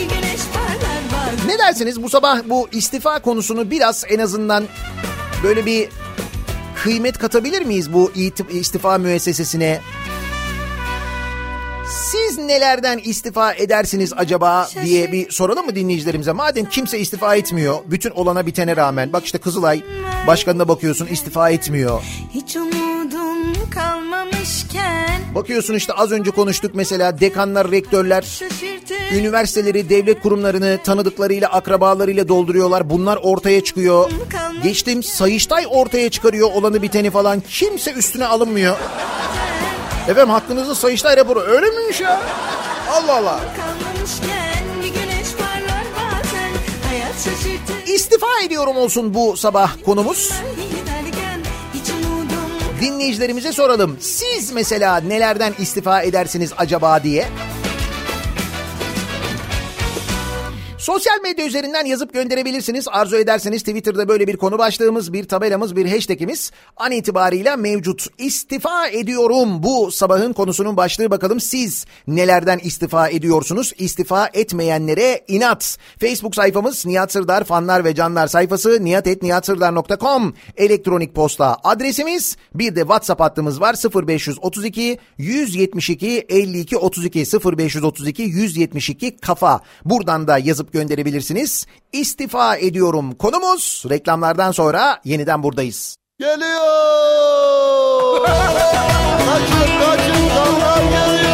Ne dersiniz bu sabah bu istifa konusunu biraz en azından böyle bir kıymet katabilir miyiz bu istifa müessesesine? Siz nelerden istifa edersiniz acaba diye bir soralım mı dinleyicilerimize? Madem kimse istifa etmiyor, bütün olana bitene rağmen. Bak işte Kızılay başkanına bakıyorsun, istifa etmiyor. Hiç umudum kalmamışken. Bakıyorsun işte az önce konuştuk mesela dekanlar, rektörler, üniversiteleri, devlet kurumlarını tanıdıklarıyla, akrabalarıyla dolduruyorlar. Bunlar ortaya çıkıyor. Geçtim Sayıştay ortaya çıkarıyor olanı biteni falan. Kimse üstüne alınmıyor. Efendim hakkınızda Sayıştay raporu öyle miymiş ya? Allah Allah. İstifa ediyorum olsun bu sabah konumuz. Dinleyicilerimize soralım. Siz mesela nelerden istifa edersiniz acaba diye. Sosyal medya üzerinden yazıp gönderebilirsiniz. Arzu ederseniz Twitter'da böyle bir konu başlığımız, bir tabelamız, bir hashtagimiz an itibariyle mevcut. İstifa ediyorum bu sabahın konusunun başlığı. Bakalım siz nelerden istifa ediyorsunuz? İstifa etmeyenlere inat. Facebook sayfamız Nihat Sırdar fanlar ve canlar sayfası nihat et nihat sırdar nokta com elektronik posta adresimiz. Bir de WhatsApp hattımız var sıfır beş otuz iki yüz yetmiş iki elli iki otuz iki sıfır beş otuz iki yüz yetmiş iki kafa. Buradan da yazıp gönderebilirsiniz. İstifa ediyorum konumuz. Reklamlardan sonra yeniden buradayız. Geliyor. Kaçın kaçın dallar geliyor.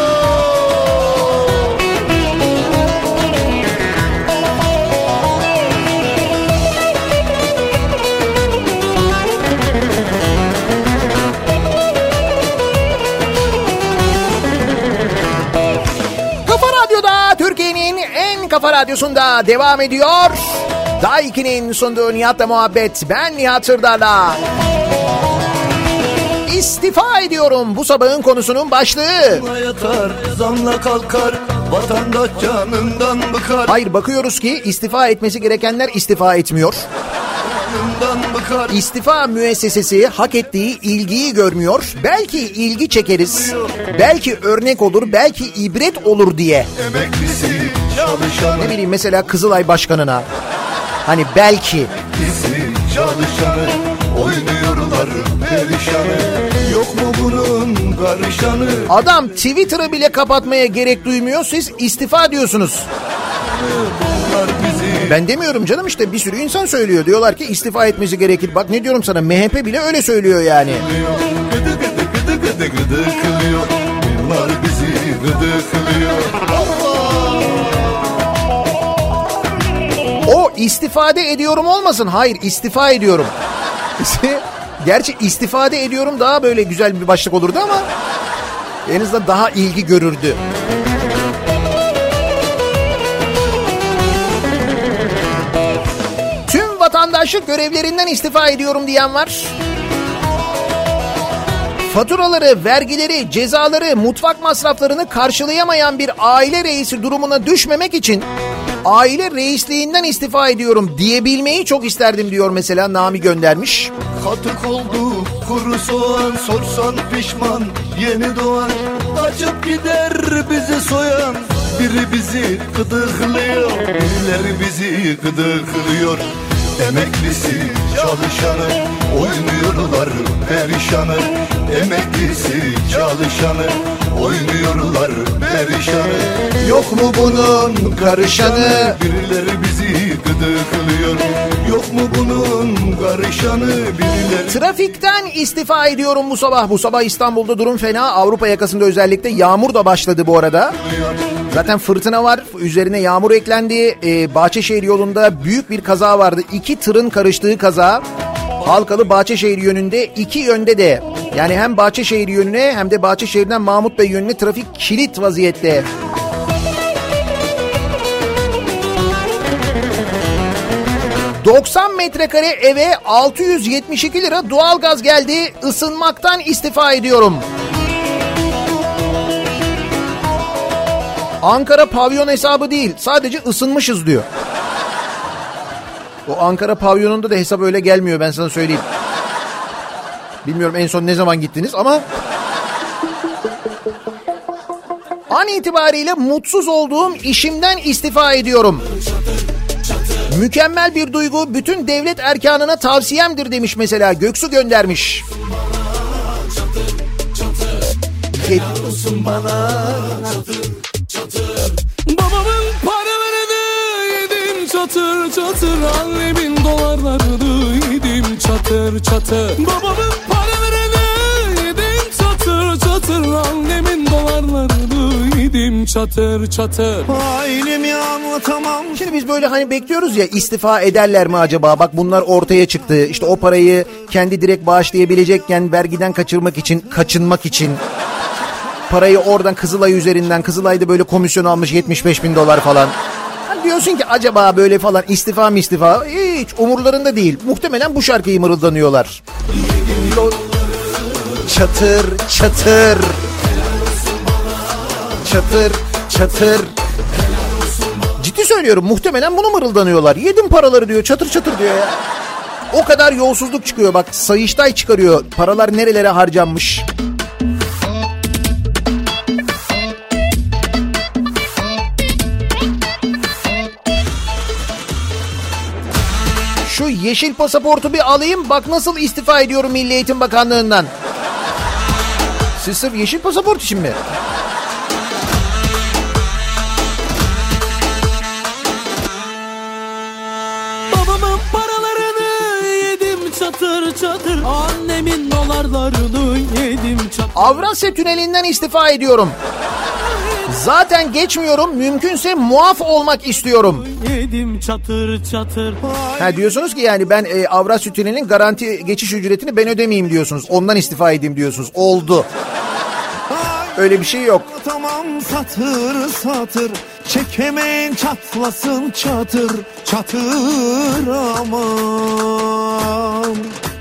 Türkiye'nin en kafa radyosunda devam ediyor. Daha ikinin sunduğu Nihat'la muhabbet. Ben Nihat Sırdar'la. İstifa ediyorum bu sabahın konusunun başlığı. Yatar, zamla kalkar, vatandaş canından bıkar. Hayır bakıyoruz ki istifa etmesi gerekenler istifa etmiyor. İstifa müessesesi hak ettiği ilgiyi görmüyor. Belki ilgi çekeriz, belki örnek olur, belki ibret olur diye. Ne bileyim mesela Kızılay Başkanı'na. Hani belki. Çalışanı, oynuyorlar perişanı. Yok mu bunun karışanı? Adam Twitter'ı bile kapatmaya gerek duymuyor. Siz istifa diyorsunuz. Ben demiyorum canım, işte bir sürü insan söylüyor. Diyorlar ki istifa etmesi gerekir. Bak ne diyorum sana, M H P bile öyle söylüyor yani. Gıdı gıdı gıdı gıdı gıdı kılıyor. Bunlar bizi gıdı kılıyor. O istifade ediyorum olmasın. Hayır, istifa ediyorum. Gerçi istifade ediyorum daha böyle güzel bir başlık olurdu ama en azından daha ilgi görürdü. Tüm vatandaşlık görevlerinden istifa ediyorum diyen var. Faturaları, vergileri, cezaları, mutfak masraflarını karşılayamayan bir aile reisi durumuna düşmemek için aile reisliğinden istifa ediyorum diyebilmeyi çok isterdim diyor mesela Nami göndermiş. Katık oldu kuru soğan, sorsan pişman yeni doğan. Kaçıp gider bizi soyan, biri bizi gıdıklıyor, birileri bizi gıdıklıyor. Emeklisi çalışanı, oynuyorlar perişanı. Emeklisi çalışanı, oynuyorlar perişanı. Yok mu bunun karışanı? Birileri bizi gıdıklıyor. Yok mu bunun karışanı? Birileri... Trafikten istifa ediyorum bu sabah. Bu sabah İstanbul'da durum fena. Avrupa yakasında özellikle yağmur da başladı bu arada. Zaten fırtına var. Üzerine yağmur eklendi. Ee, Bahçeşehir yolunda büyük bir kaza vardı. İki tırın karıştığı kaza. Halkalı Bahçeşehir yönünde, iki yönde de. Yani hem Bahçeşehir yönüne hem de Bahçeşehir'den Mahmut Bey yönüne trafik kilit vaziyette. doksan metrekare eve altı yüz yetmiş iki lira doğalgaz geldi. Isınmaktan istifa ediyorum. Ankara pavyon hesabı değil, sadece ısınmışız diyor. O Ankara pavyonunda da hesap öyle gelmiyor, ben sana söyleyeyim. Bilmiyorum en son ne zaman gittiniz ama... An itibariyle mutsuz olduğum işimden istifa ediyorum. Mükemmel bir duygu, bütün devlet erkanına tavsiyemdir demiş mesela. Göksu göndermiş. Yediyorsun bana. Babamın paralarını yedim çatır çatır, annemin dolarlarını yedim çatır çatır. Babamın paralarını yedim çatır çatır, annemin dolarlarını yedim çatır çatır. Ailemi anlatamam. Şimdi biz böyle hani bekliyoruz ya, istifa ederler mi acaba? Bak bunlar ortaya çıktı. İşte o parayı kendi direkt bağışlayabilecekken vergiden kaçırmak için, kaçınmak için parayı oradan Kızılay üzerinden, Kızılay'da böyle komisyon almış yetmiş beş bin dolar falan. Hani diyorsun ki acaba böyle falan istifa mı istifa? Hiç umurlarında değil. Muhtemelen bu şarkıyı mırıldanıyorlar. Çatır çatır. Çatır çatır. Ciddi söylüyorum, muhtemelen bunu mırıldanıyorlar. Yedim paraları diyor, çatır çatır diyor ya. O kadar yolsuzluk çıkıyor bak, Sayıştay çıkarıyor. Paralar nerelere harcanmış. Şu yeşil pasaportu bir alayım, bak nasıl istifa ediyorum Milli Eğitim Bakanlığı'ndan. Siz sırf yeşil pasaport için mi? Babamın paralarını yedim çatır çatır, annemin dolarlarını yedim çatır. Avrasya Tüneli'nden istifa ediyorum. Zaten geçmiyorum, mümkünse muaf olmak istiyorum. Yedim çatır çatır. Ha diyorsunuz ki yani ben e, Avrasya Tüneli'nin garanti geçiş ücretini ben ödemeyeyim diyorsunuz. Ondan istifa edeyim diyorsunuz. Oldu. Öyle bir şey yok. Tamam satır satır, çekemeyin çatlasın çatır çatır aman.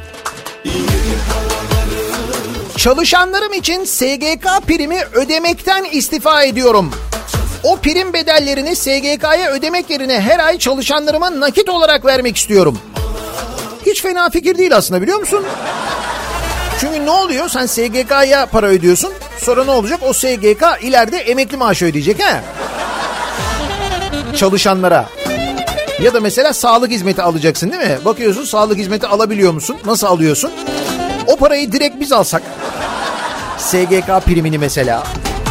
Çalışanlarım için S G K primi ödemekten istifa ediyorum. O prim bedellerini S G K'ya ödemek yerine her ay çalışanlarıma nakit olarak vermek istiyorum. Hiç fena fikir değil aslında, biliyor musun? Çünkü ne oluyor? Sen S G K'ya para ödüyorsun. Sonra ne olacak? O S G K ileride emekli maaşı ödeyecek ha? Çalışanlara. Ya da mesela sağlık hizmeti alacaksın değil mi? Bakıyorsun sağlık hizmeti alabiliyor musun? Nasıl alıyorsun? O parayı direkt biz alsak. S G K primini mesela.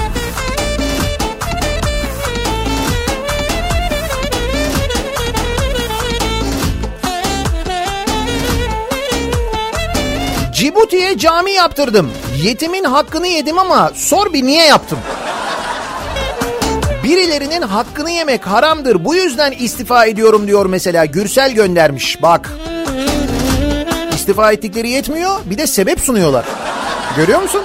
Cibuti'ye cami yaptırdım. Yetimin hakkını yedim ama sor bir niye yaptım? Birilerinin hakkını yemek haramdır. Bu yüzden istifa ediyorum diyor mesela. Gürsel göndermiş. Bak. İstifa ettikleri yetmiyor. Bir de sebep sunuyorlar. Görüyor musun?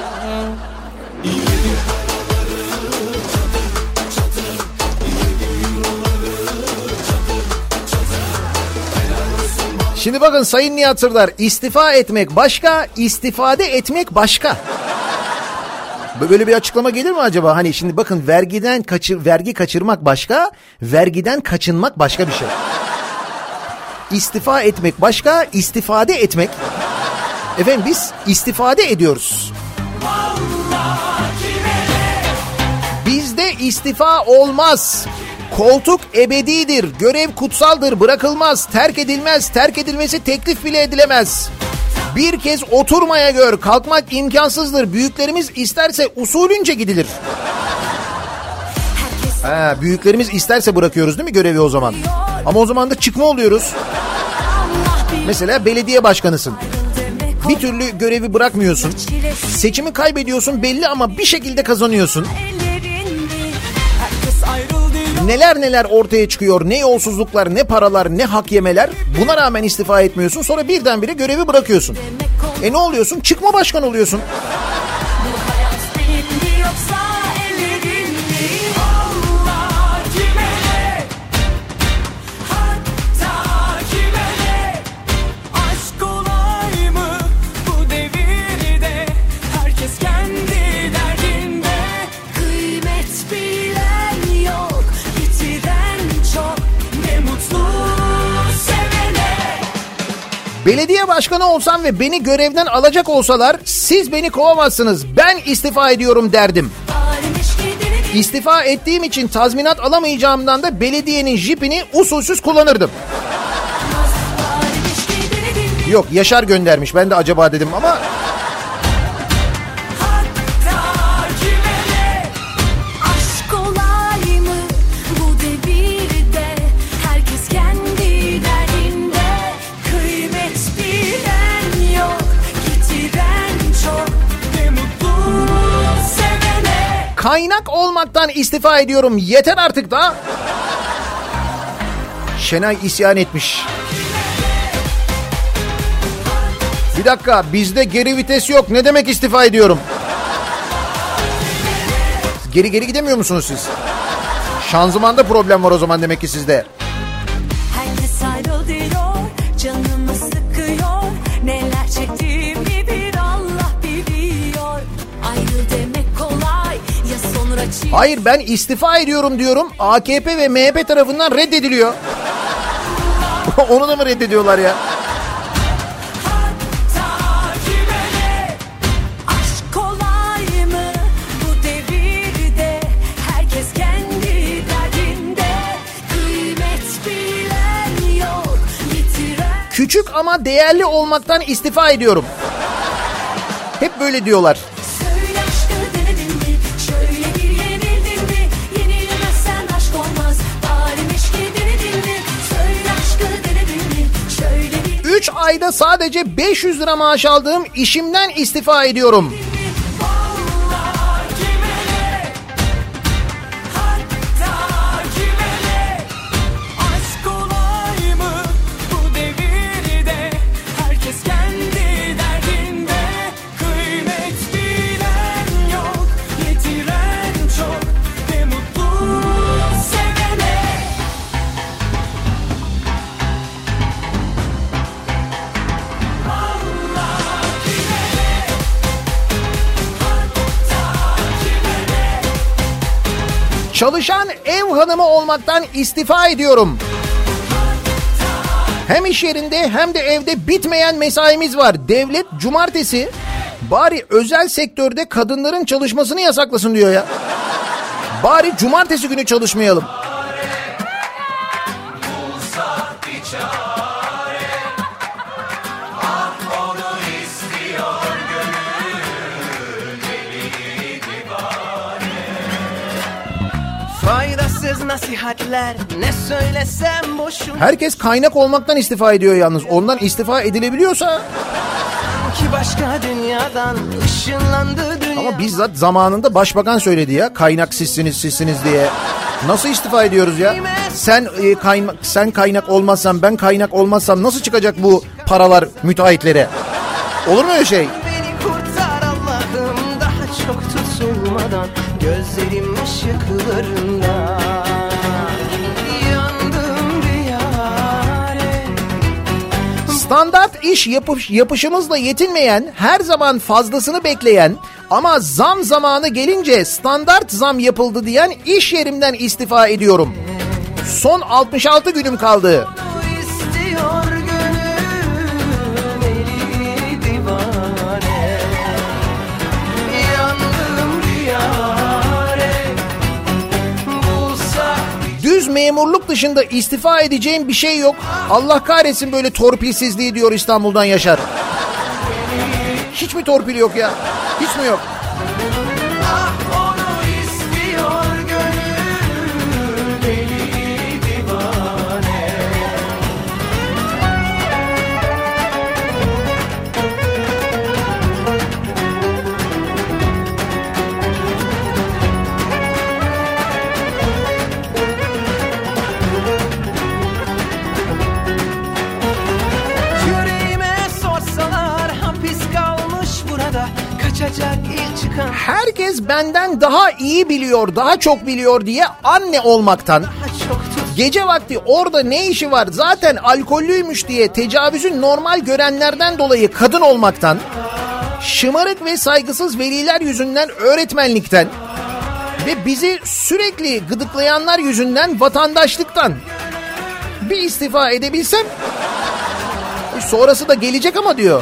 Şimdi bakın Sayın Nihat Sırdar, istifa etmek başka, istifade etmek başka. Böyle bir açıklama gelir mi acaba? Hani şimdi bakın, vergiden kaçır, vergi kaçırmak başka, vergiden kaçınmak başka bir şey. İstifa etmek başka, istifade etmek. Efendim biz istifade ediyoruz. Bizde istifa olmaz. Koltuk ebedidir, görev kutsaldır, bırakılmaz, terk edilmez, terk edilmesi teklif bile edilemez. Bir kez oturmaya gör, kalkmak imkansızdır. Büyüklerimiz isterse usulünce gidilir. Ha, büyüklerimiz isterse bırakıyoruz değil mi görevi o zaman? Ama o zaman da çıkma oluyoruz. Mesela belediye başkanısın. Bir türlü görevi bırakmıyorsun. Seçimi kaybediyorsun belli ama bir şekilde kazanıyorsun. Neler neler ortaya çıkıyor, ne yolsuzluklar, ne paralar, ne hak yemeler. Buna rağmen istifa etmiyorsun, sonra birdenbire görevi bırakıyorsun. E ne oluyorsun? Çıkma başkan oluyorsun. Belediye başkanı olsam ve beni görevden alacak olsalar siz beni kovamazsınız, ben istifa ediyorum derdim. İstifa ettiğim için tazminat alamayacağımdan da belediyenin jipini usulsüz kullanırdım. Yok, Yaşar göndermiş, ben de acaba dedim ama... Kaynak olmaktan istifa ediyorum. Yeter artık da. Şenay isyan etmiş. Bir dakika, bizde geri vites yok. Ne demek istifa ediyorum? Geri geri gidemiyor musunuz siz? Şanzımanda problem var o zaman demek ki sizde. Herkes ayrılıyor, canımı sıkıyor. Neler çektiğimi bir Allah biliyor. Ayrıl demek kolay. Hayır, ben istifa ediyorum diyorum. A K P ve M H P tarafından reddediliyor. Onu da mı reddediyorlar ya? Küçük ama değerli olmaktan istifa ediyorum. Hep böyle diyorlar. üç ayda sadece beş yüz lira maaş aldığım işimden istifa ediyorum. Çalışan ev hanımı olmaktan istifa ediyorum. Hem iş yerinde hem de evde bitmeyen mesaimiz var. Devlet cumartesi bari özel sektörde kadınların çalışmasını yasaklasın diyor ya. Bari cumartesi günü çalışmayalım. Nasihatler ne söylesem boşuna. Herkes kaynak olmaktan istifa ediyor yalnız. Ondan istifa edilebiliyorsa. Ki başka dünyadan ışınlandı dünya. Ama bizzat zamanında başbakan söyledi ya. Kaynak sizsiniz sizsiniz diye. Nasıl istifa ediyoruz ya? Sen e, kaynak sen kaynak olmazsan, ben kaynak olmazsam nasıl çıkacak bu paralar müteahhitlere? Olur mu öyle şey? Beni kurtar Allah'ım daha çok tutulmadan. Gözlerim ışıklarında yandım bir yâre. Standart iş yapış, yapışımızla yetinmeyen, her zaman fazlasını bekleyen ama zam zamanı gelince standart zam yapıldı diyen iş yerimden istifa ediyorum. Son altmış altı günüm kaldı. Düz memurluk dışında istifa edeceğim bir şey yok. Allah kahretsin böyle torpilsizliği diyor İstanbul'dan Yaşar. Hiç mi torpil yok ya? Hiç mi yok? Herkes benden daha iyi biliyor, daha çok biliyor diye anne olmaktan, gece vakti orada ne işi var zaten alkollüymüş diye tecavüzü normal görenlerden dolayı kadın olmaktan, şımarık ve saygısız veliler yüzünden öğretmenlikten ve bizi sürekli gıdıklayanlar yüzünden vatandaşlıktan bir istifa edebilsem, sonrası da gelecek ama diyor.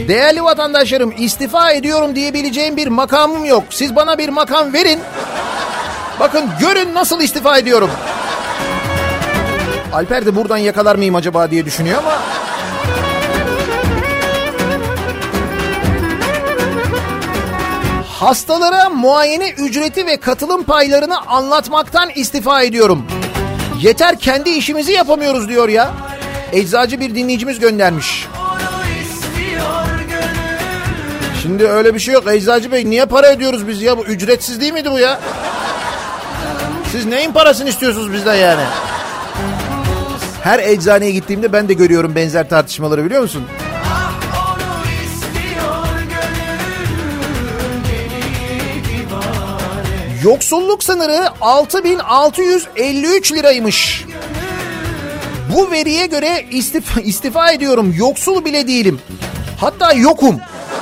Değerli vatandaşlarım, istifa ediyorum diyebileceğim bir makamım yok. Siz bana bir makam verin. Bakın görün nasıl istifa ediyorum. Alper de buradan yakalar mıyım acaba diye düşünüyor ama... Hastalara muayene ücreti ve katılım paylarını anlatmaktan istifa ediyorum. Yeter kendi işimizi yapamıyoruz diyor ya. Eczacı bir dinleyicimiz göndermiş. Şimdi öyle bir şey yok Eczacı Bey, niye para ödüyoruz biz ya, bu ücretsiz değil miydi bu ya? Siz neyin parasını istiyorsunuz bizden yani? Her eczaneye gittiğimde ben de görüyorum benzer tartışmaları, biliyor musun? Yoksulluk sınırı altı bin altı yüz elli üç liraymış. Bu veriye göre istifa, istifa ediyorum. Yoksul bile değilim. Hatta yokum.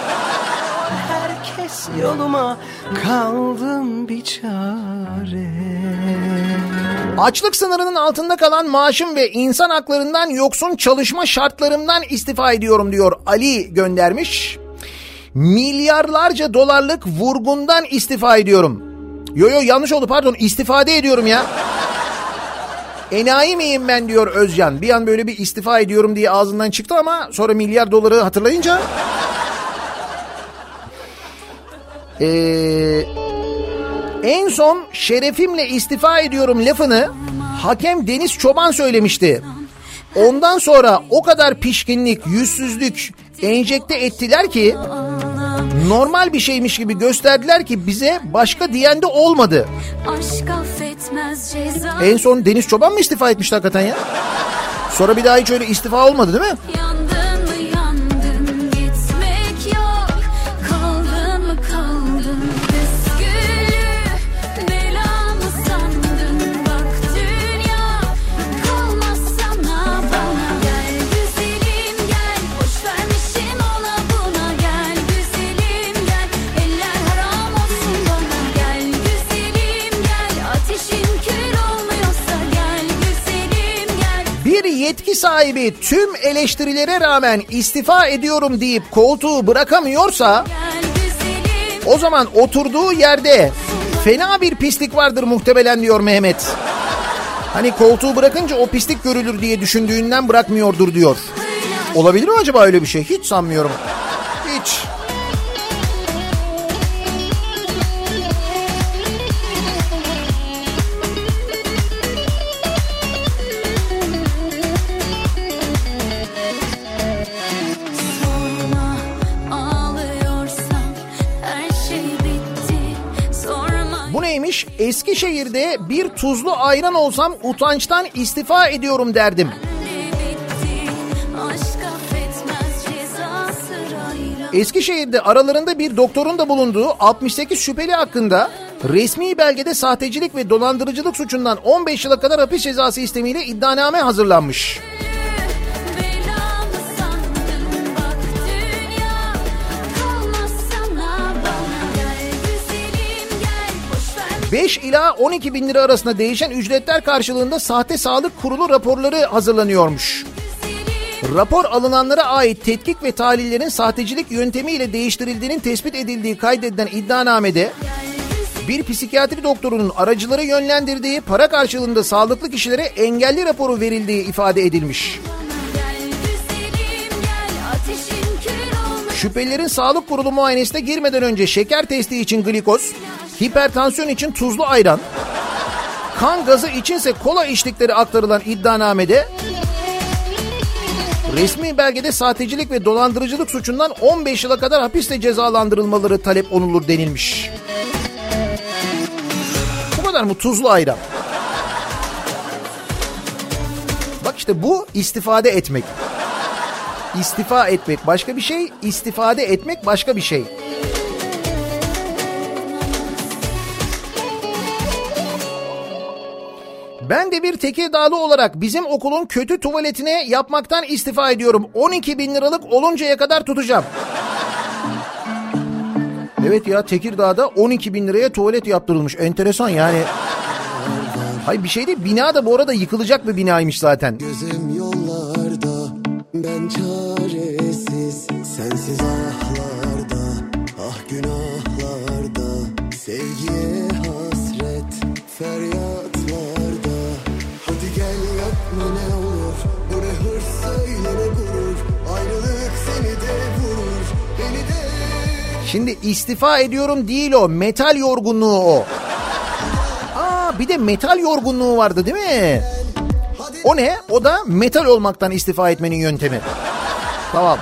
Herkes yoluma, kaldım bir çare. Açlık sınırının altında kalan maaşım ve insan haklarından yoksun çalışma şartlarımdan istifa ediyorum diyor Ali göndermiş. Milyarlarca dolarlık vurgundan istifa ediyorum. Yo yo yanlış oldu, pardon, istifade ediyorum ya. Enayi miyim ben diyor Özcan. Bir an böyle bir istifa ediyorum diye ağzından çıktı ama sonra milyar doları hatırlayınca... Ee, en son şerefimle istifa ediyorum lafını hakem Deniz Çoban söylemişti. Ondan sonra o kadar pişkinlik, yüzsüzlük enjekte ettiler ki normal bir şeymiş gibi gösterdiler ki bize, başka diyen de olmadı. En son Deniz Çoban mı istifa etmişti hakikaten ya? Sonra bir daha hiç öyle istifa olmadı değil mi? Yetki sahibi tüm eleştirilere rağmen istifa ediyorum deyip koltuğu bırakamıyorsa o zaman oturduğu yerde fena bir pislik vardır muhtemelen diyor Mehmet. Hani koltuğu bırakınca o pislik görülür diye düşündüğünden bırakmıyordur diyor. Olabilir mi acaba öyle bir şey? Hiç sanmıyorum. Hiç. Eskişehir'de bir tuzlu ayran olsam utançtan istifa ediyorum derdim. Eskişehir'de aralarında bir doktorun da bulunduğu altmış sekiz şüpheli hakkında resmi belgede sahtecilik ve dolandırıcılık suçundan on beş yıla kadar hapis cezası istemiyle iddianame hazırlanmış. beş ila on iki bin lira arasında değişen ücretler karşılığında sahte sağlık kurulu raporları hazırlanıyormuş. Rapor alınanlara ait tetkik ve tahlillerin sahtecilik yöntemiyle değiştirildiğinin tespit edildiği kaydedilen iddianamede bir psikiyatri doktorunun aracıları yönlendirdiği, para karşılığında sağlıklı kişilere engelli raporu verildiği ifade edilmiş. Şüphelilerin sağlık kurulu muayenesine girmeden önce şeker testi için glikoz, hipertansiyon için tuzlu ayran, kan gazı içinse kola içtikleri aktarılan iddianamede resmi belgede sahtecilik ve dolandırıcılık suçundan on beş yıla kadar hapiste cezalandırılmaları talep olunur denilmiş. Bu kadar mı tuzlu ayran? Bak işte bu istifade etmek. İstifa etmek başka bir şey, istifade etmek başka bir şey. Ben de bir Tekirdağlı olarak bizim okulun kötü tuvaletine yapmaktan istifa ediyorum. on iki bin liralık oluncaya kadar tutacağım. Evet ya, Tekirdağ'da on iki bin liraya tuvalet yaptırılmış. Enteresan yani. Hayır bir şey değil, bina da bu arada yıkılacak bir binaymış zaten. Gözüm yollarda, ben çaresiz. sensiz, sensiz ahlarda, ah günahlarda, sevgiye hasret, feryatlarda. Hadi gel yapma ne olur, bu ne hırs söyle ne gurur, ayrılık seni de vurur, beni de. Şimdi istifa ediyorum değil o, metal yorgunluğu o. Aa bir de metal yorgunluğu vardı değil mi? O ne? O da metal olmaktan istifa etmenin yöntemi. Tamam.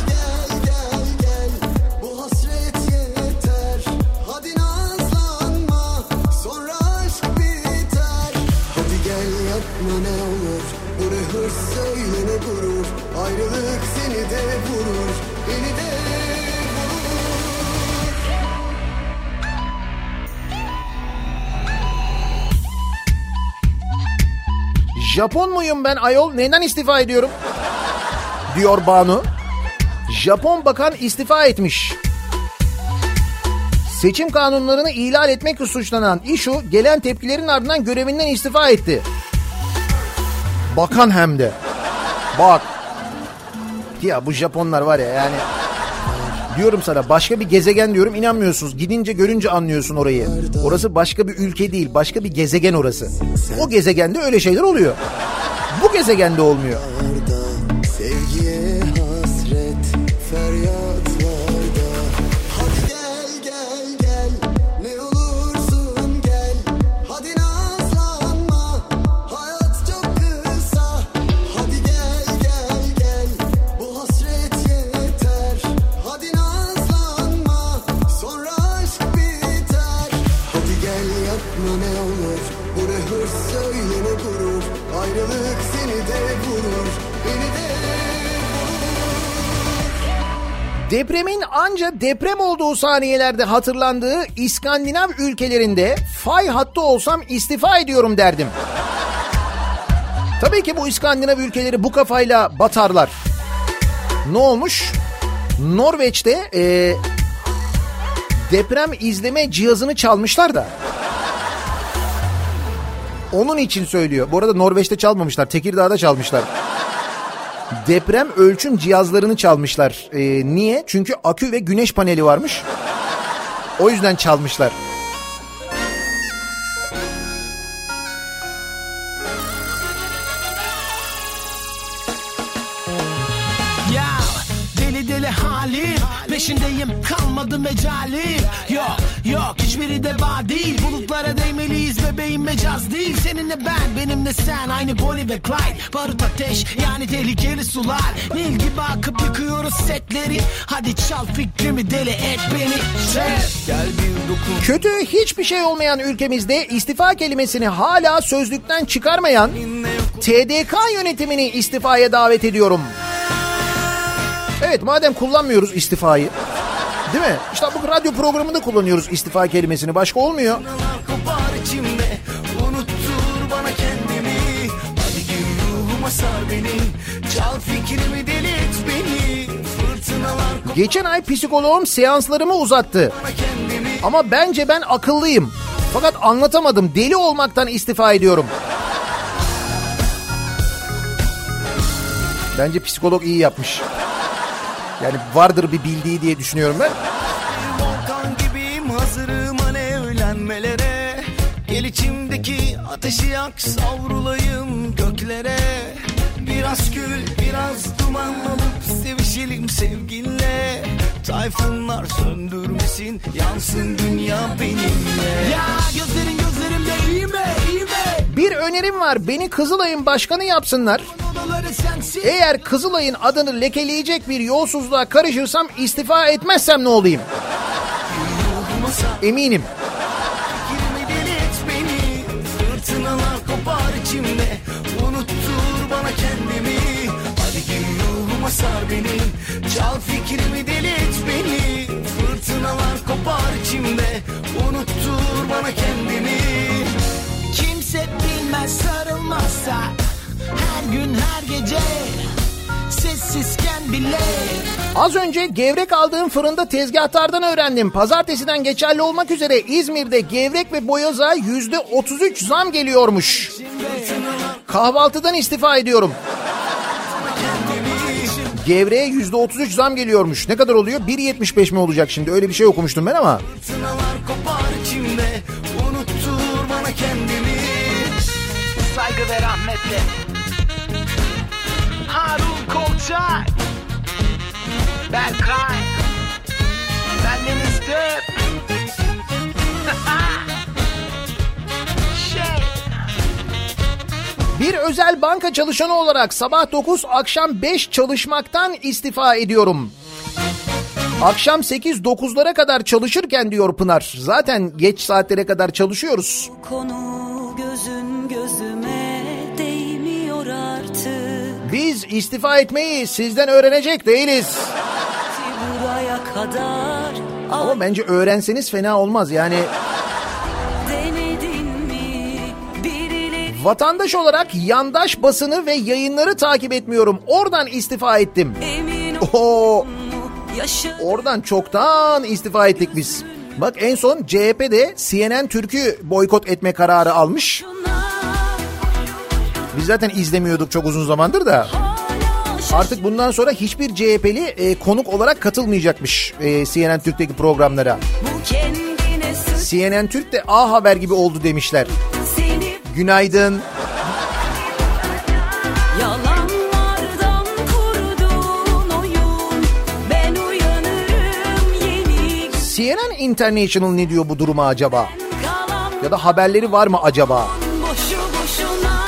Japon muyum ben ayol? Neden istifa ediyorum? Diyor Banu. Japon bakan istifa etmiş. Seçim kanunlarını ihlal etmekle suçlanan İşu gelen tepkilerin ardından görevinden istifa etti. Bakan hem de. Bak. Ya bu Japonlar var ya yani. Diyorum sana başka bir gezegen diyorum, inanmıyorsunuz. Gidince görünce anlıyorsun orayı. Orası başka bir ülke değil, başka bir gezegen orası. O gezegende öyle şeyler oluyor. Bu gezegende olmuyor. Sevgiye hasret, feryatlarda. Hadi gel gel gel, ne olursun gel. Hadi nazlanma, hayat çok kısa. Hadi gel gel gel, bu hasret yeter. Hadi nazlanma, sonra aşk biter. Hadi gel yapma ne olur, bu ne hırs söyle ne gurur. Ayrılık seni de vurur, beni de vurur. Depremin anca deprem olduğu saniyelerde hatırlandığı İskandinav ülkelerinde fay hattı olsam istifa ediyorum derdim. Tabii ki bu İskandinav ülkeleri bu kafayla batarlar. Ne olmuş? Norveç'te e, deprem izleme cihazını çalmışlar da. Onun için söylüyor. Bu arada Norveç'te çalmamışlar. Tekirdağ'da çalmışlar. Deprem ölçüm cihazlarını çalmışlar. Ee, niye? Çünkü akü ve güneş paneli varmış. O yüzden çalmışlar. Ya deli deli halim, peşindeyim kalmadı mecalim. Yok yok hiçbiri de bağ değil, bulutlara değmeliyiz bebeğim, mecaz değil. Seninle ben, benimle sen, aynı Bonnie ve Clyde. Barut ateş yani tehlikeli sular, Nil gibi akıp yıkıyoruz setleri. Hadi çal fikrimi, deli et beni. Ses, gel bir dokun. Kötü hiçbir şey olmayan ülkemizde istifa kelimesini hala sözlükten çıkarmayan T D K yönetimini istifaya davet ediyorum. Evet, madem kullanmıyoruz istifayı, değil mi? İşte bu radyo programında kullanıyoruz istifa kelimesini. Başka olmuyor. Unuttur bana kendimi. Hadi gir ruhuma sar beni. Çal fikrimi, deli et beni. Fırtınalar. Geçen ay psikoloğum seanslarımı uzattı. Ama bence ben akıllıyım. Fakat anlatamadım. Deli olmaktan istifa ediyorum. Bence psikolog iyi yapmış. Yani vardır bir bildiği diye düşünüyorum ben. Volkan gibiyim, hazırım alevlenmelere. Gel içimdeki ateşi yak, savrulayım göklere. Biraz gül, biraz duman olup sevişelim sevginle. Tayfunlar söndürmesin, yansın dünya benimle. Ya gözlerin gözlerimde, iyi mi, iyi mi? Bir önerim var, beni Kızılay'ın başkanı yapsınlar. Eğer Kızılay'ın adını lekeleyecek bir yolsuzluğa karışırsam, istifa etmezsem ne olayım? Eminim. Fırtınalar kopar içimde, unuttur bana kendimi. Hadi gir ruhuma sar beni, çal fikrimi, deli et beni. Fırtınalar kopar içimde, unuttur bana kendimi. Kimse bilmez sarılmazsa, her gün her gece sessizken bile. Az önce gevrek aldığım fırında tezgahtardan öğrendim. Pazartesiden geçerli olmak üzere İzmir'de gevrek ve boyoza yüzde otuz üç zam geliyormuş. Kahvaltıdan istifa ediyorum. Gevreye yüzde otuz üç zam geliyormuş. Ne kadar oluyor? bir yetmiş beş mi olacak şimdi? Öyle bir şey okumuştum ben ama. Fırtınalar kopar içimde, unuttur bana kendimi. Saygı ve rahmetle Harun Kolçak, Berkay, bendeniz Döp. Şey. Bir özel banka çalışanı olarak sabah dokuz akşam beş çalışmaktan istifa ediyorum. Akşam sekiz dokuzlara kadar çalışırken diyor Pınar. Zaten geç saatlere kadar çalışıyoruz. Konu gözün gözüme değmiyor artık. Biz istifa etmeyi sizden öğrenecek değiliz. Buraya kadar Ama bence öğrenseniz fena olmaz yani. denedin mi? Birileri Vatandaş olarak yandaş basını ve yayınları takip etmiyorum. Oradan istifa ettim. emin Oho. yaşa Oradan çoktan istifa ettik biz. Bak en son C H P de C N N Türk'ü boykot etme kararı almış. Biz zaten izlemiyorduk çok uzun zamandır da. Artık bundan sonra hiçbir C H P'li e, konuk olarak katılmayacakmış e, C N N Türk'teki programlara. bu kendine sık C N N Türk de A Haber gibi oldu demişler. seni Günaydın. yalanlardan kurduğun oyun. Ben uyanırım yeni C N N International ne diyor bu duruma acaba? kalan Ya da haberleri var mı acaba? boşu boşuna.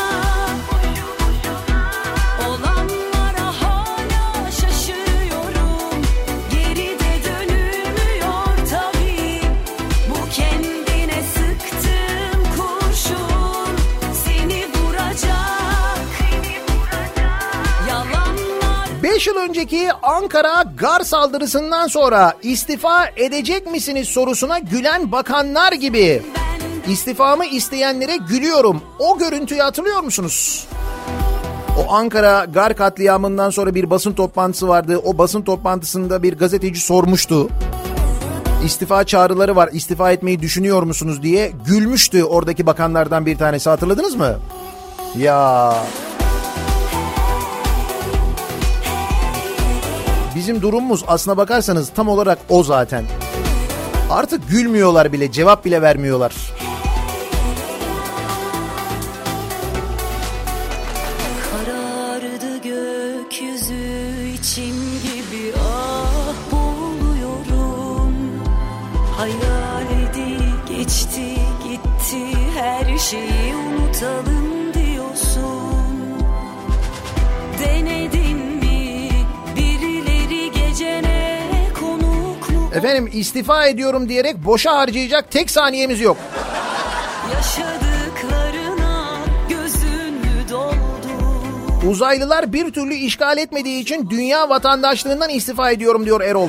Olanlara hala şaşırıyorum. Geride dönülmüyor tabii. Bu kendine sıktığım kurşun seni vuracak. Yalanlar beş yıl önceki Ankara gar saldırısından sonra istifa edecek misiniz sorusuna gülen bakanlar gibi. İstifamı isteyenlere gülüyorum. O görüntüyü hatırlıyor musunuz? O Ankara gar katliamından sonra bir basın toplantısı vardı. O basın toplantısında bir gazeteci sormuştu. İstifa çağrıları var. İstifa etmeyi düşünüyor musunuz diye gülmüştü oradaki bakanlardan bir tanesi. Hatırladınız mı? Ya... Bizim durumumuz aslına bakarsanız tam olarak o zaten. Artık gülmüyorlar bile, cevap bile vermiyorlar. karardı gökyüzü içim gibi ah boğuluyorum. Hayaleti geçti gitti her şeyi unutalım diyorsun. Denedin mi birileri gecene konuk mu? Efendim istifa ediyorum diyerek boşa harcayacak tek saniyemiz yok. Yaşadıklarına gözün mü doldu? Uzaylılar bir türlü işgal etmediği için dünya vatandaşlığından istifa ediyorum diyor Erol.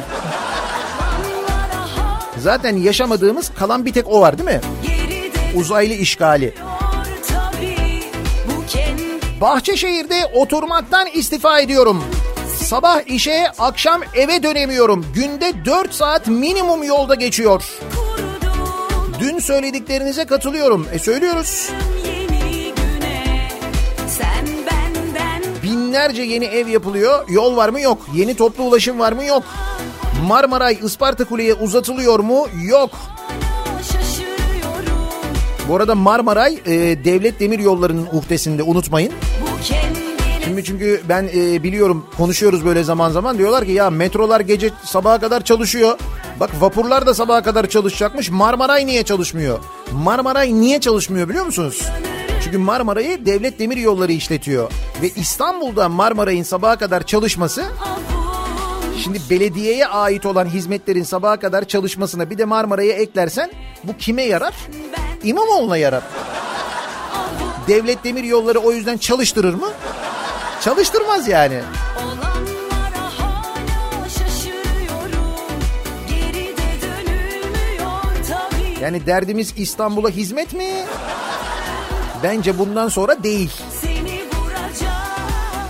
Zaten yaşamadığımız kalan bir tek o var değil mi? Uzaylı işgali. Tabii bu kendi Bahçeşehir'de oturmaktan istifa ediyorum. Sabah işe, akşam eve dönemiyorum. Günde dört saat minimum yolda geçiyor. Dün söylediklerinize katılıyorum. E söylüyoruz. yeni güne sen benden Binlerce yeni ev yapılıyor. Yol var mı? Yok. Yeni toplu ulaşım var mı? Yok. Marmaray Isparta Kule'ye uzatılıyor mu? Yok. şaşırıyorum. Bu arada Marmaray e, devlet demiryollarının uhdesinde, unutmayın. Bu kendine Şimdi çünkü ben e, biliyorum, konuşuyoruz böyle zaman zaman, diyorlar ki ya metrolar gece sabaha kadar çalışıyor. Bak vapurlar da sabaha kadar çalışacakmış. Marmaray niye çalışmıyor? Marmaray niye çalışmıyor biliyor musunuz? Çünkü Marmaray'ı devlet demiryolları işletiyor. Ve İstanbul'da Marmaray'ın sabaha kadar çalışması, şimdi belediyeye ait olan hizmetlerin sabaha kadar çalışmasına bir de Marmaray'a eklersen bu kime yarar? İmamoğlu'na yarar. Devlet demiryolları o yüzden çalıştırır mı? Çalıştırmaz yani. olanlara hala şaşırıyorum. Geride dönülmüyor tabii. Yani derdimiz İstanbul'a hizmet mi? Bence bundan sonra değil. Seni vuracak.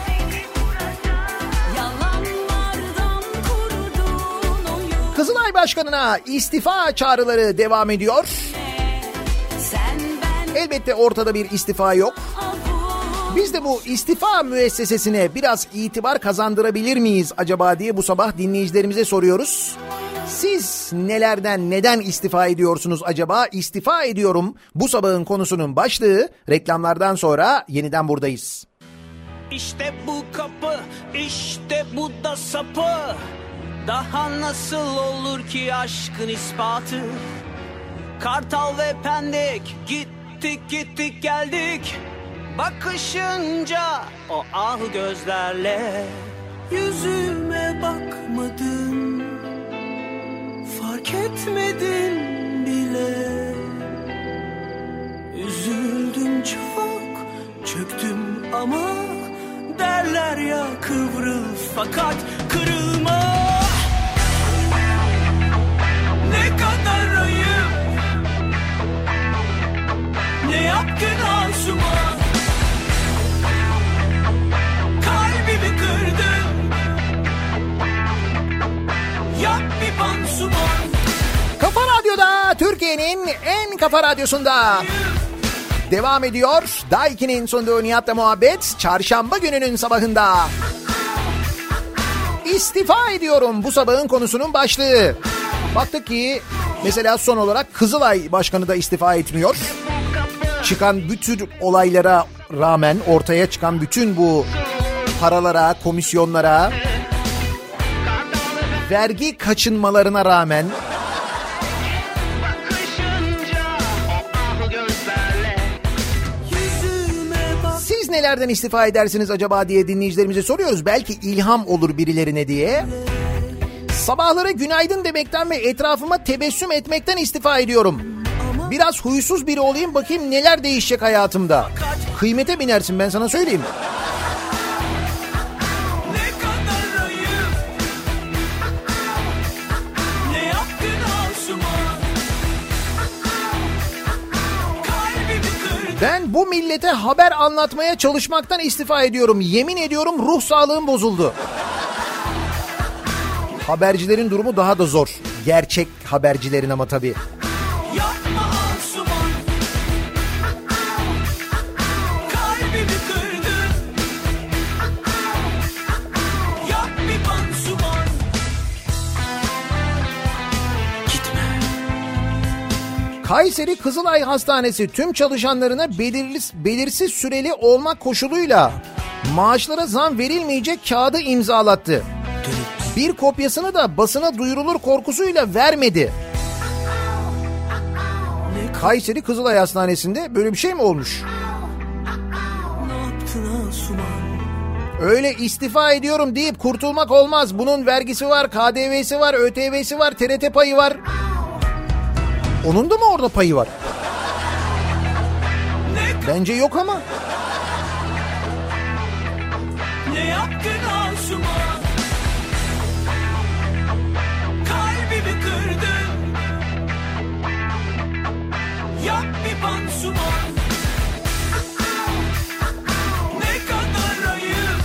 Yalanlardan kurduğun oyun. Kızılay Başkanı'na istifa çağrıları devam ediyor. Sen ben Elbette ortada bir istifa yok. Biz de bu istifa müessesesine biraz itibar kazandırabilir miyiz acaba diye bu sabah dinleyicilerimize soruyoruz. Siz nelerden neden istifa ediyorsunuz acaba? İstifa ediyorum bu sabahın konusunun başlığı. Reklamlardan sonra yeniden buradayız. İşte bu kapı, işte bu da sapı. Daha nasıl olur ki aşkın ispatı? Kartal ve Pendik, gittik gittik geldik. Bakışınca o ah gözlerle yüzüme bakmadın, fark etmedin bile. Üzüldüm çok, çöktüm ama derler ya kıvrıl fakat kırılma. Ne kadar ayıp, ne yaptın Asuman? Kalbimi kırdın, yap bir pansuman. Kafa Radyo'da, Türkiye'nin en kafa radyosunda devam ediyor. Daiki'nin sunduğu Nihat'la Muhabbet, çarşamba gününün sabahında. İstifa ediyorum bu sabahın konusunun başlığı. Baktık ki mesela son olarak Kızılay Başkanı da istifa etmiyor. Çıkan bütün olaylara rağmen, ortaya çıkan bütün bu paralara, komisyonlara, vergi kaçınmalarına rağmen siz nelerden istifa edersiniz acaba diye dinleyicilerimize soruyoruz. Belki ilham olur birilerine diye. Sabahları günaydın demekten ve etrafıma tebessüm etmekten istifa ediyorum. Biraz huysuz biri olayım, bakayım neler değişecek hayatımda. Kıymete binersin, ben sana söyleyeyim. Ben bu millete haber anlatmaya çalışmaktan istifa ediyorum. Yemin ediyorum ruh sağlığım bozuldu. Habercilerin durumu daha da zor. Gerçek habercilerin ama tabii. Kayseri Kızılay Hastanesi tüm çalışanlarına belirsiz, belirsiz süreli olmak koşuluyla maaşlara zam verilmeyecek kağıdı imzalattı. Bir kopyasını da basına duyurulur korkusuyla vermedi. Kayseri Kızılay Hastanesi'nde böyle bir şey mi olmuş? Öyle istifa ediyorum deyip kurtulmak olmaz. Bunun vergisi var, K D V'si var, Ö T V'si var, T R T payı var. Onun da mı orada payı var? Bence yok ama. Ne yaptın Asuman? Kalbimi kırdın. Yap bir pansuman. Ne kadar ayıp.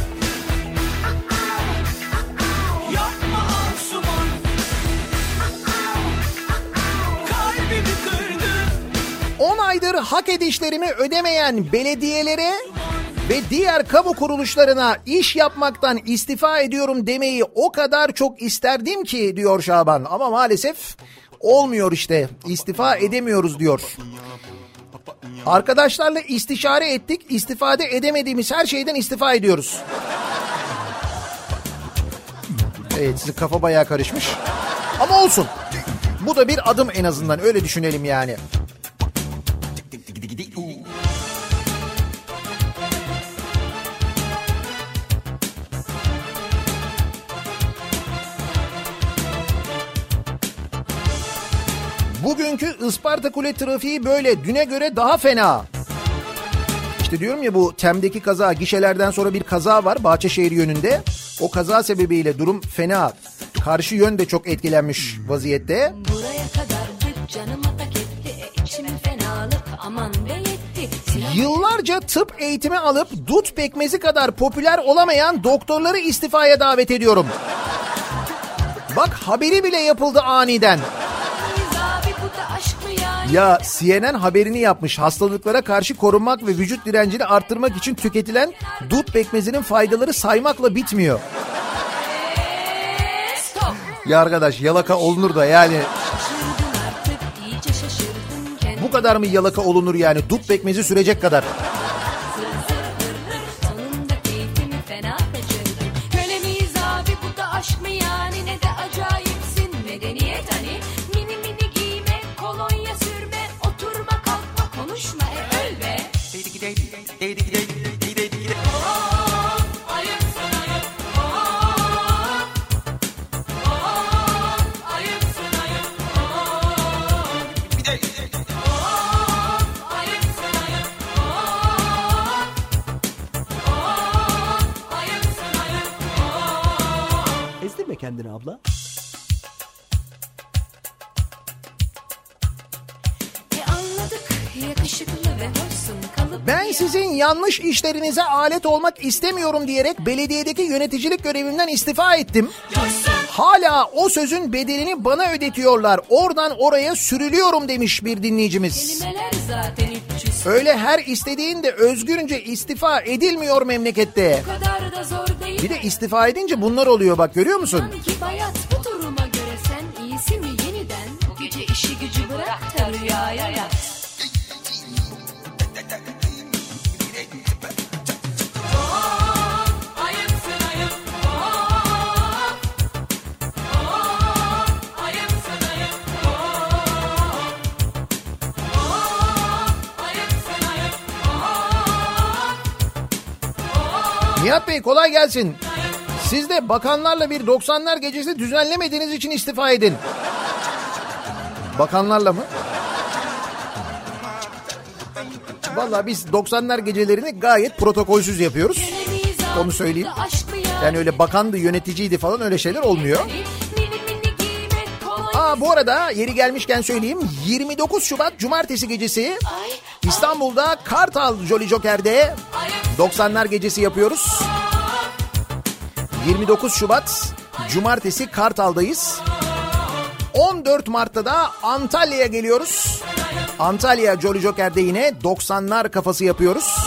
Yapma Asuman. on aydır hak edişlerimi ödemeyen belediyelere ve diğer kamu kuruluşlarına iş yapmaktan istifa ediyorum demeyi o kadar çok isterdim ki diyor Şaban. Ama maalesef olmuyor işte, istifa edemiyoruz diyor. Arkadaşlarla istişare ettik, istifade edemediğimiz her şeyden istifa ediyoruz. Evet, sizin kafa bayağı karışmış. Ama olsun. Bu da bir adım en azından, öyle düşünelim yani. Bugünkü Isparta Kule trafiği böyle, düne göre daha fena. İşte diyorum ya, bu Tem'deki kaza, gişelerden sonra bir kaza var Bahçeşehir yönünde. O kaza sebebiyle durum fena. Karşı yön de çok etkilenmiş vaziyette. Buraya kadardık, canıma tak etti, içim fenalık aman be yetti. Yıllarca tıp eğitimi alıp dut pekmezi kadar popüler olamayan doktorları istifaya davet ediyorum. Bak, haberi bile yapıldı aniden. Ya C N N haberini yapmış. Hastalıklara karşı korunmak ve vücut direncini arttırmak için tüketilen dut pekmezinin faydaları saymakla bitmiyor. Ya arkadaş yalaka olunur da yani. Bu kadar mı yalaka olunur yani? Dut pekmezi sürecek kadar. Kendini abla. Ben sizin yanlış işlerinize alet olmak istemiyorum diyerek belediyedeki yöneticilik görevimden istifa ettim. Hala o sözün bedelini bana ödetiyorlar. Oradan oraya sürülüyorum demiş bir dinleyicimiz. Öyle her istediğinde özgürce istifa edilmiyor memlekette. Bir de istifa edince bunlar oluyor bak, görüyor musun? Bu duruma göre sen iyisi mi yeniden? Bu gece işi gücü bırak da rüyaya yat. Nihat Bey kolay gelsin. Siz de bakanlarla bir doksanlar gecesi düzenlemediğiniz için istifa edin. Bakanlarla mı? Vallahi biz doksanlar gecelerini gayet protokolsüz yapıyoruz. Onu söyleyeyim. Yani öyle bakandı, yöneticiydi falan öyle şeyler olmuyor. Aa bu arada yeri gelmişken söyleyeyim. yirmi dokuz Şubat Cumartesi gecesi İstanbul'da Kartal Jolly Joker'de doksanlar gecesi yapıyoruz. yirmi dokuz Şubat Cumartesi Kartal'dayız. on dört Mart'ta da Antalya'ya geliyoruz. Antalya Jolly Joker'de yine doksanlar kafası yapıyoruz.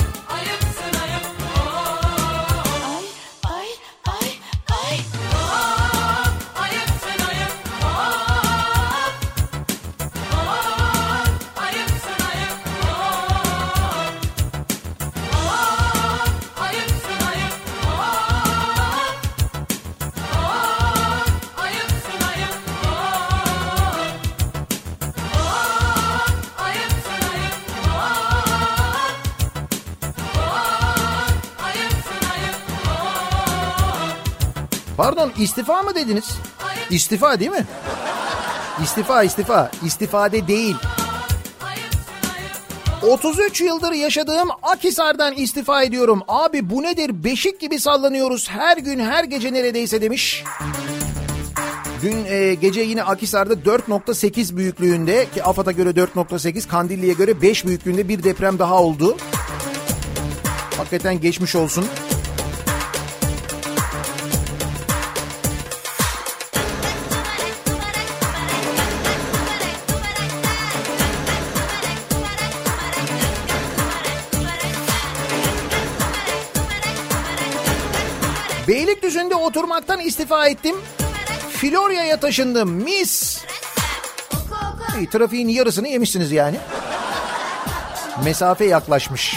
Pardon, istifa mı dediniz? İstifa değil mi? İstifa istifa. İstifade değil. otuz üç yıldır yaşadığım Akhisar'dan istifa ediyorum. Abi bu nedir? Beşik gibi sallanıyoruz her gün her gece neredeyse demiş. Dün e, gece yine Akhisar'da dört nokta sekiz büyüklüğünde, ki AFAD'a göre dört nokta sekiz, Kandilli'ye göre beş büyüklüğünde bir deprem daha oldu. Hakikaten geçmiş olsun. Beylikdüzü'nde oturmaktan istifa ettim. Florya'ya taşındım. Mis. İyi, trafiğin yarısını yemişsiniz yani. Mesafe yaklaşmış.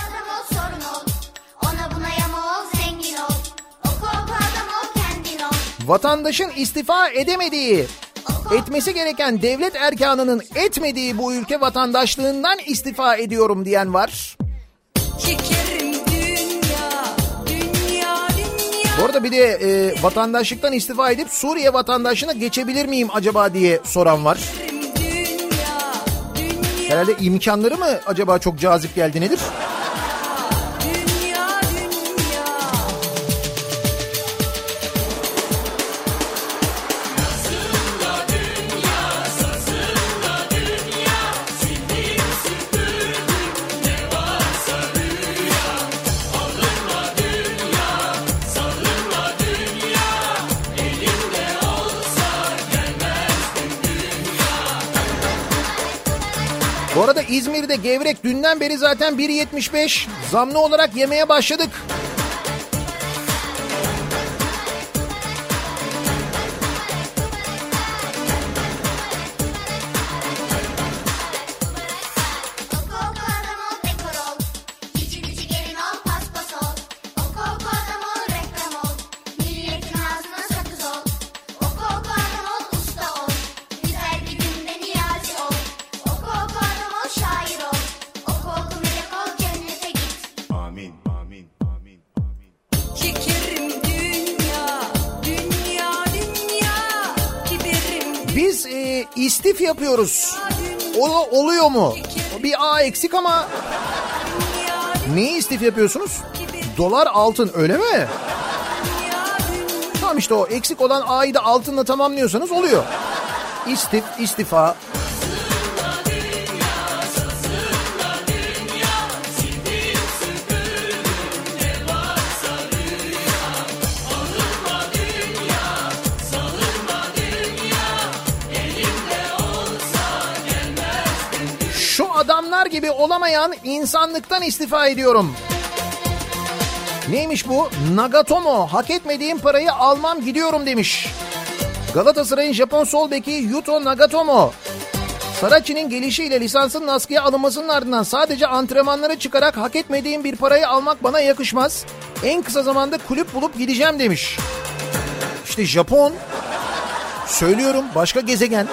Vatandaşın istifa edemediği, etmesi gereken devlet erkanının etmediği bu ülke vatandaşlığından istifa ediyorum diyen var. Bu arada bir de e, vatandaşlıktan istifa edip Suriye vatandaşlığına geçebilir miyim acaba diye soran var. Herhalde imkanları mı acaba çok cazip geldi, nedir? Bu arada İzmir'de gevrek dünden beri zaten bir yetmiş beş zamlı olarak yemeye başladık. İstif yapıyoruz. O, oluyor mu? Bir A eksik ama neyi istif yapıyorsunuz? Dolar altın, öyle mi? Tamam işte o eksik olan A'yı da altınla tamamlıyorsanız oluyor. İstif, istifa. Adamlar gibi olamayan insanlıktan istifa ediyorum. Neymiş bu? Nagatomo, hak etmediğim parayı almam gidiyorum demiş. Galatasaray'ın Japon sol beki Yuto Nagatomo. Saracchi'nin gelişiyle lisansının askıya alınmasının ardından sadece antrenmanlara çıkarak hak etmediğim bir parayı almak bana yakışmaz. En kısa zamanda kulüp bulup gideceğim demiş. İşte Japon, söylüyorum, başka gezegen.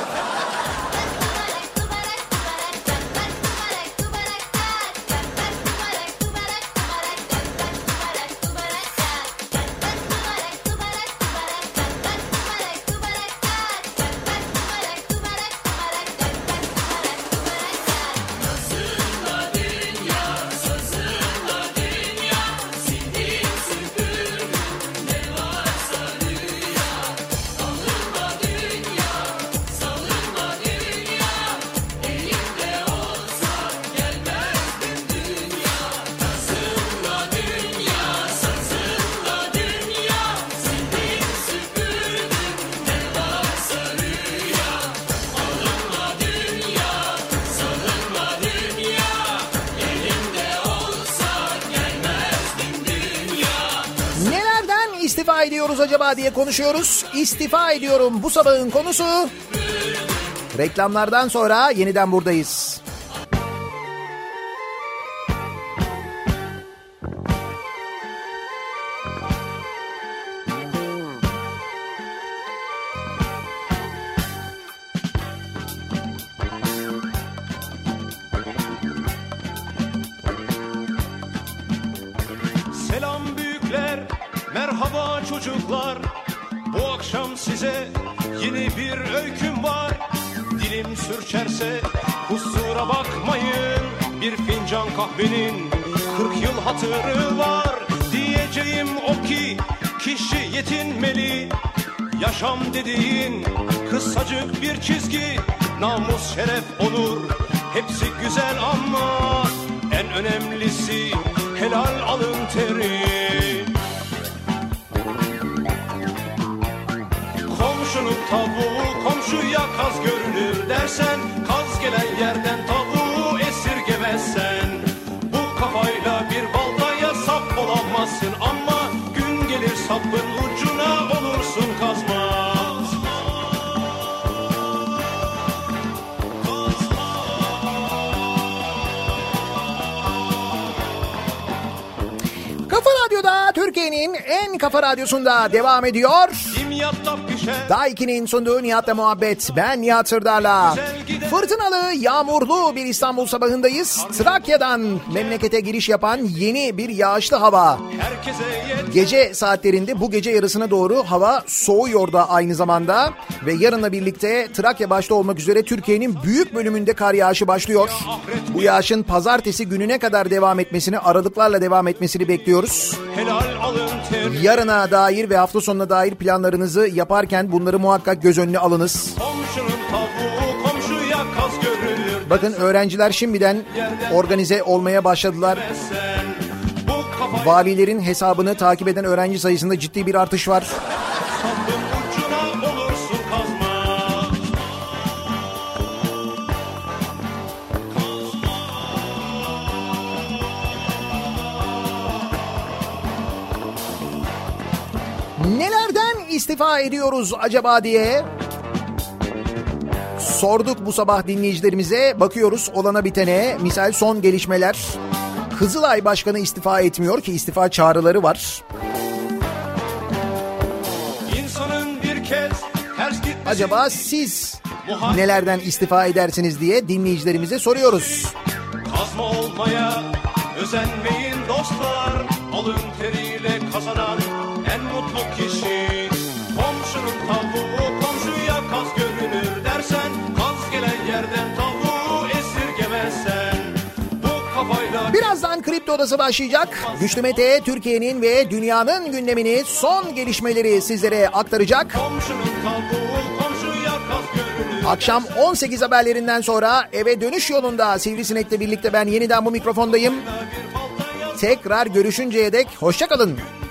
İstifa ediyoruz acaba diye konuşuyoruz. İstifa ediyorum bu sabahın konusu. Reklamlardan sonra yeniden buradayız. Selam büyükler, merhaba çocuklar. Bu akşam size yeni bir öyküm var. Dilim sürçerse kusura bakmayın. Bir fincan kahvenin kırk yıl hatırı var. Diyeceğim o ki kişi yetinmeli. Yaşam dediğin kısacık bir çizgi. Namus, şeref, onur hepsi güzel ama en önemlisi helal alın teri. Komşunun tavuğu komşuya kaz görünür dersen, kaz gelen yerden tavuğu esirgemezsen. Bu kafayla bir baltaya sap olamazsın ama gün gelir sapın ucuna olursun kazma. Kafa Radyo'da, Türkiye'nin en kafa radyosunda devam ediyor. Daiki'nin sunduğu Nihat'la muhabbet. Ben Nihat Sırdar'la. Fırtınalı, yağmurlu bir İstanbul sabahındayız. Trakya'dan memlekete giriş yapan yeni bir yağışlı hava. Gece saatlerinde, bu gece yarısına doğru hava soğuyor da aynı zamanda. Ve yarınla birlikte Trakya başta olmak üzere Türkiye'nin büyük bölümünde kar yağışı başlıyor. Bu yağışın pazartesi gününe kadar devam etmesini, aralıklarla devam etmesini bekliyoruz. Yarına dair ve hafta sonuna dair planlarınızı yaparken bunları muhakkak göz önüne alınız. Bakın, öğrenciler şimdiden organize olmaya başladılar. Valilerin hesabını takip eden öğrenci sayısında ciddi bir artış var. Nelerden istifa ediyoruz acaba diye sorduk bu sabah dinleyicilerimize. Bakıyoruz olana bitene. Misal son gelişmeler. Kızılay Başkanı istifa etmiyor ki istifa çağrıları var. İnsanın bir kez ters gitmesi... Acaba siz nelerden istifa edersiniz diye dinleyicilerimize soruyoruz. Kazma olmaya özenmeyin dostlar. Alın teriyle kazanan en mutlu kişi. Komşunun tavuğu komşuya kaz görünür dersen, kaz gelen yerden tavuğu esirgemezsen. Bu kafayla... Birazdan Kripto Odası başlayacak. Güçlü Mete Türkiye'nin ve dünyanın gündemini, son gelişmeleri sizlere aktaracak. Komşunun tavuğu komşuya kaz görünür. Akşam on sekiz haberlerinden sonra eve dönüş yolunda Sivrisinek'le birlikte ben yeniden bu mikrofondayım. Tekrar görüşünceye dek hoşça kalın.